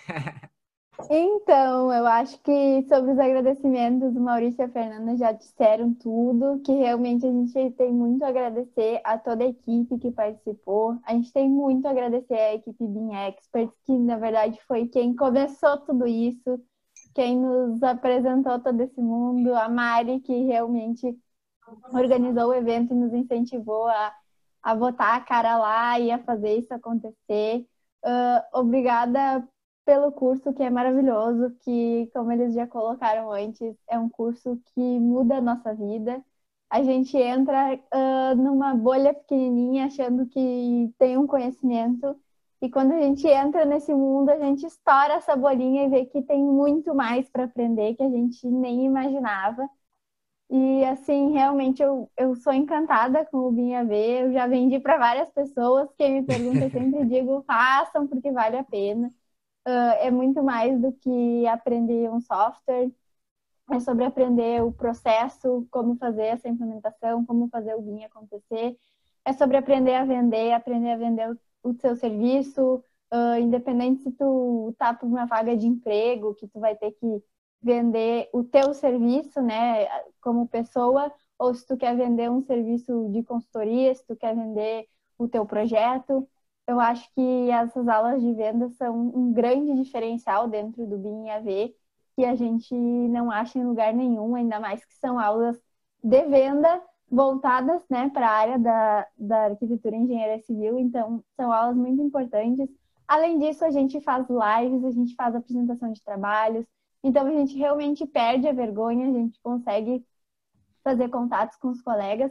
Speaker 5: Então, eu acho que sobre os agradecimentos, o Maurício e a Fernanda já disseram tudo, que realmente a gente tem muito a agradecer a toda a equipe que participou. A gente tem muito a agradecer à equipe Bean Experts, que na verdade foi quem começou tudo isso, quem nos apresentou todo esse mundo, a Mari, que realmente organizou o evento e nos incentivou a, a botar a cara lá e a fazer isso acontecer. Uh, obrigada pelo curso, que é maravilhoso, que, como eles já colocaram antes, é um curso que muda a nossa vida. A gente entra uh, numa bolha pequenininha, achando que tem um conhecimento, e quando a gente entra nesse mundo, a gente estoura essa bolinha e vê que tem muito mais para aprender, que a gente nem imaginava. E, assim, realmente eu, eu sou encantada com o Bim A V. Eu já vendi para várias pessoas. Quem me pergunta, eu sempre digo, façam, porque vale a pena. Uh, é muito mais do que aprender um software. É sobre aprender o processo, como fazer essa implementação, como fazer o Bim acontecer. É sobre aprender a vender, aprender a vender o, o seu serviço, uh, independente se tu tá por uma vaga de emprego, que tu vai ter que vender o teu serviço, né, como pessoa, ou se tu quer vender um serviço de consultoria, se tu quer vender o teu projeto. Eu acho que essas aulas de venda são um grande diferencial dentro do Bim A V, que a gente não acha em lugar nenhum, ainda mais que são aulas de venda voltadas, né, para a área da, da arquitetura e engenharia civil, então são aulas muito importantes. Além disso, a gente faz lives, a gente faz apresentação de trabalhos, então a gente realmente perde a vergonha, a gente consegue fazer contatos com os colegas,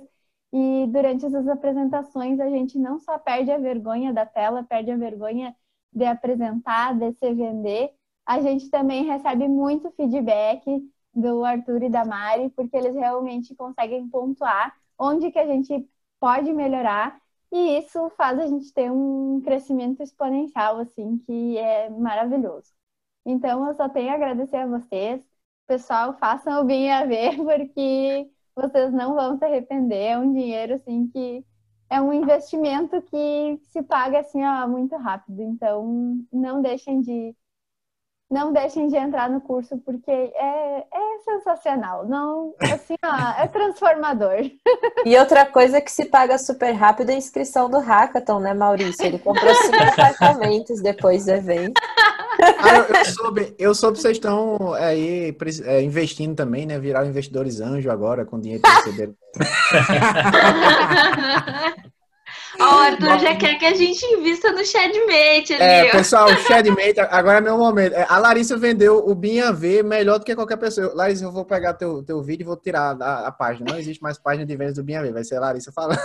Speaker 5: e durante essas apresentações a gente não só perde a vergonha da tela, perde a vergonha de apresentar, de se vender, a gente também recebe muito feedback do Arthur e da Mari, porque eles realmente conseguem pontuar onde que a gente pode melhorar, e isso faz a gente ter um crescimento exponencial, assim, que é maravilhoso. Então, eu só tenho a agradecer a vocês. Pessoal, façam o Bim A V, porque vocês não vão se arrepender. É um dinheiro, assim, que é um investimento que se paga, assim, ó, muito rápido. Então, não deixem de não deixem de entrar no curso, porque é, é sensacional. Não, assim, ó, é transformador.
Speaker 2: E outra coisa que se paga super rápido é a inscrição do Hackathon, né, Maurício? Ele comprou cinco apartamentos depois do evento.
Speaker 6: Ah, eu, eu soube, eu soube que vocês estão aí é, investindo também, né? Viraram investidores anjo agora, com dinheiro que receberam.
Speaker 4: Ó, o Arthur já quer que a gente invista no Shadmate ali,
Speaker 6: É,
Speaker 4: ó.
Speaker 6: pessoal, o Shadmate, agora é meu momento. A Larissa vendeu o Binha V melhor do que qualquer pessoa. Larissa, eu vou pegar teu, teu vídeo e vou tirar a, a página. Não existe mais página de vendas do Binha V, vai ser a Larissa falando.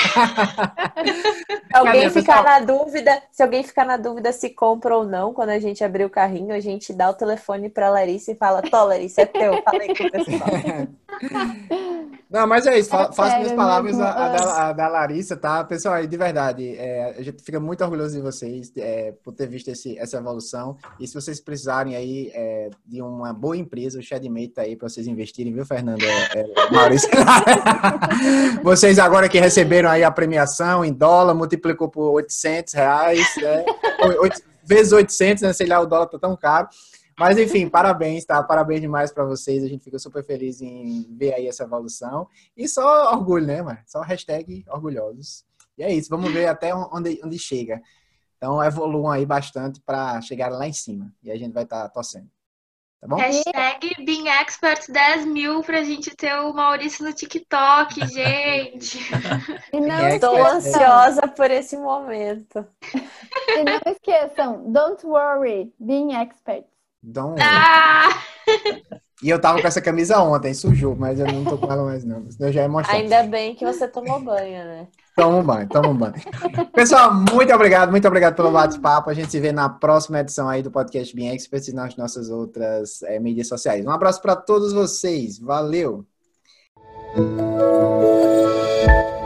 Speaker 2: Se alguém ficar na dúvida, se alguém ficar na dúvida se compra ou não, quando a gente abrir o carrinho, a gente dá o telefone pra Larissa e fala, tô, Larissa, é teu. Falei com o pessoal.
Speaker 6: Não, mas é isso. Fa
Speaker 5: É
Speaker 6: faço
Speaker 5: sério
Speaker 6: minhas palavras
Speaker 5: mesmo.
Speaker 6: a, a, da, a da Larissa, tá? Pessoal, aí, de verdade, é, a gente fica muito orgulhoso de vocês é, por ter visto esse, essa evolução. E se vocês precisarem aí é, de uma boa empresa, o Shadmate tá aí para vocês investirem, viu, Fernanda? É, é, Maurício. Vocês agora que receberam aí a premiação em dólar, multiplicou por oitocentos reais, né? oito, vezes oitocentos, né? Sei lá, o dólar tá tão caro. Mas, enfim, parabéns, tá? Parabéns demais para vocês. A gente fica super feliz em ver aí essa evolução. E só orgulho, né, mano? Só hashtag orgulhosos. E é isso, vamos ver até onde, onde chega. Então, evoluam aí bastante para chegar lá em cima. E a gente vai estar tá torcendo. Tá bom?
Speaker 4: Hashtag BeingExperts dez mil pra gente ter o Maurício no TikTok, gente.
Speaker 5: E não
Speaker 2: Estou
Speaker 5: esqueçam,
Speaker 2: ansiosa por esse momento.
Speaker 5: e não esqueçam, don't worry, being experts.
Speaker 6: Então,
Speaker 4: Ah!
Speaker 6: e eu tava com essa camisa ontem, sujou, mas eu não tô com ela mais não. Senão eu já ia mostrar.
Speaker 2: Ainda bem que você tomou banho, né?
Speaker 6: Toma um banho, toma um banho. Pessoal, muito obrigado, muito obrigado pelo bate-papo. A gente se vê na próxima edição aí do podcast Being Experts e nas nossas outras é, mídias sociais. Um abraço para todos vocês. Valeu!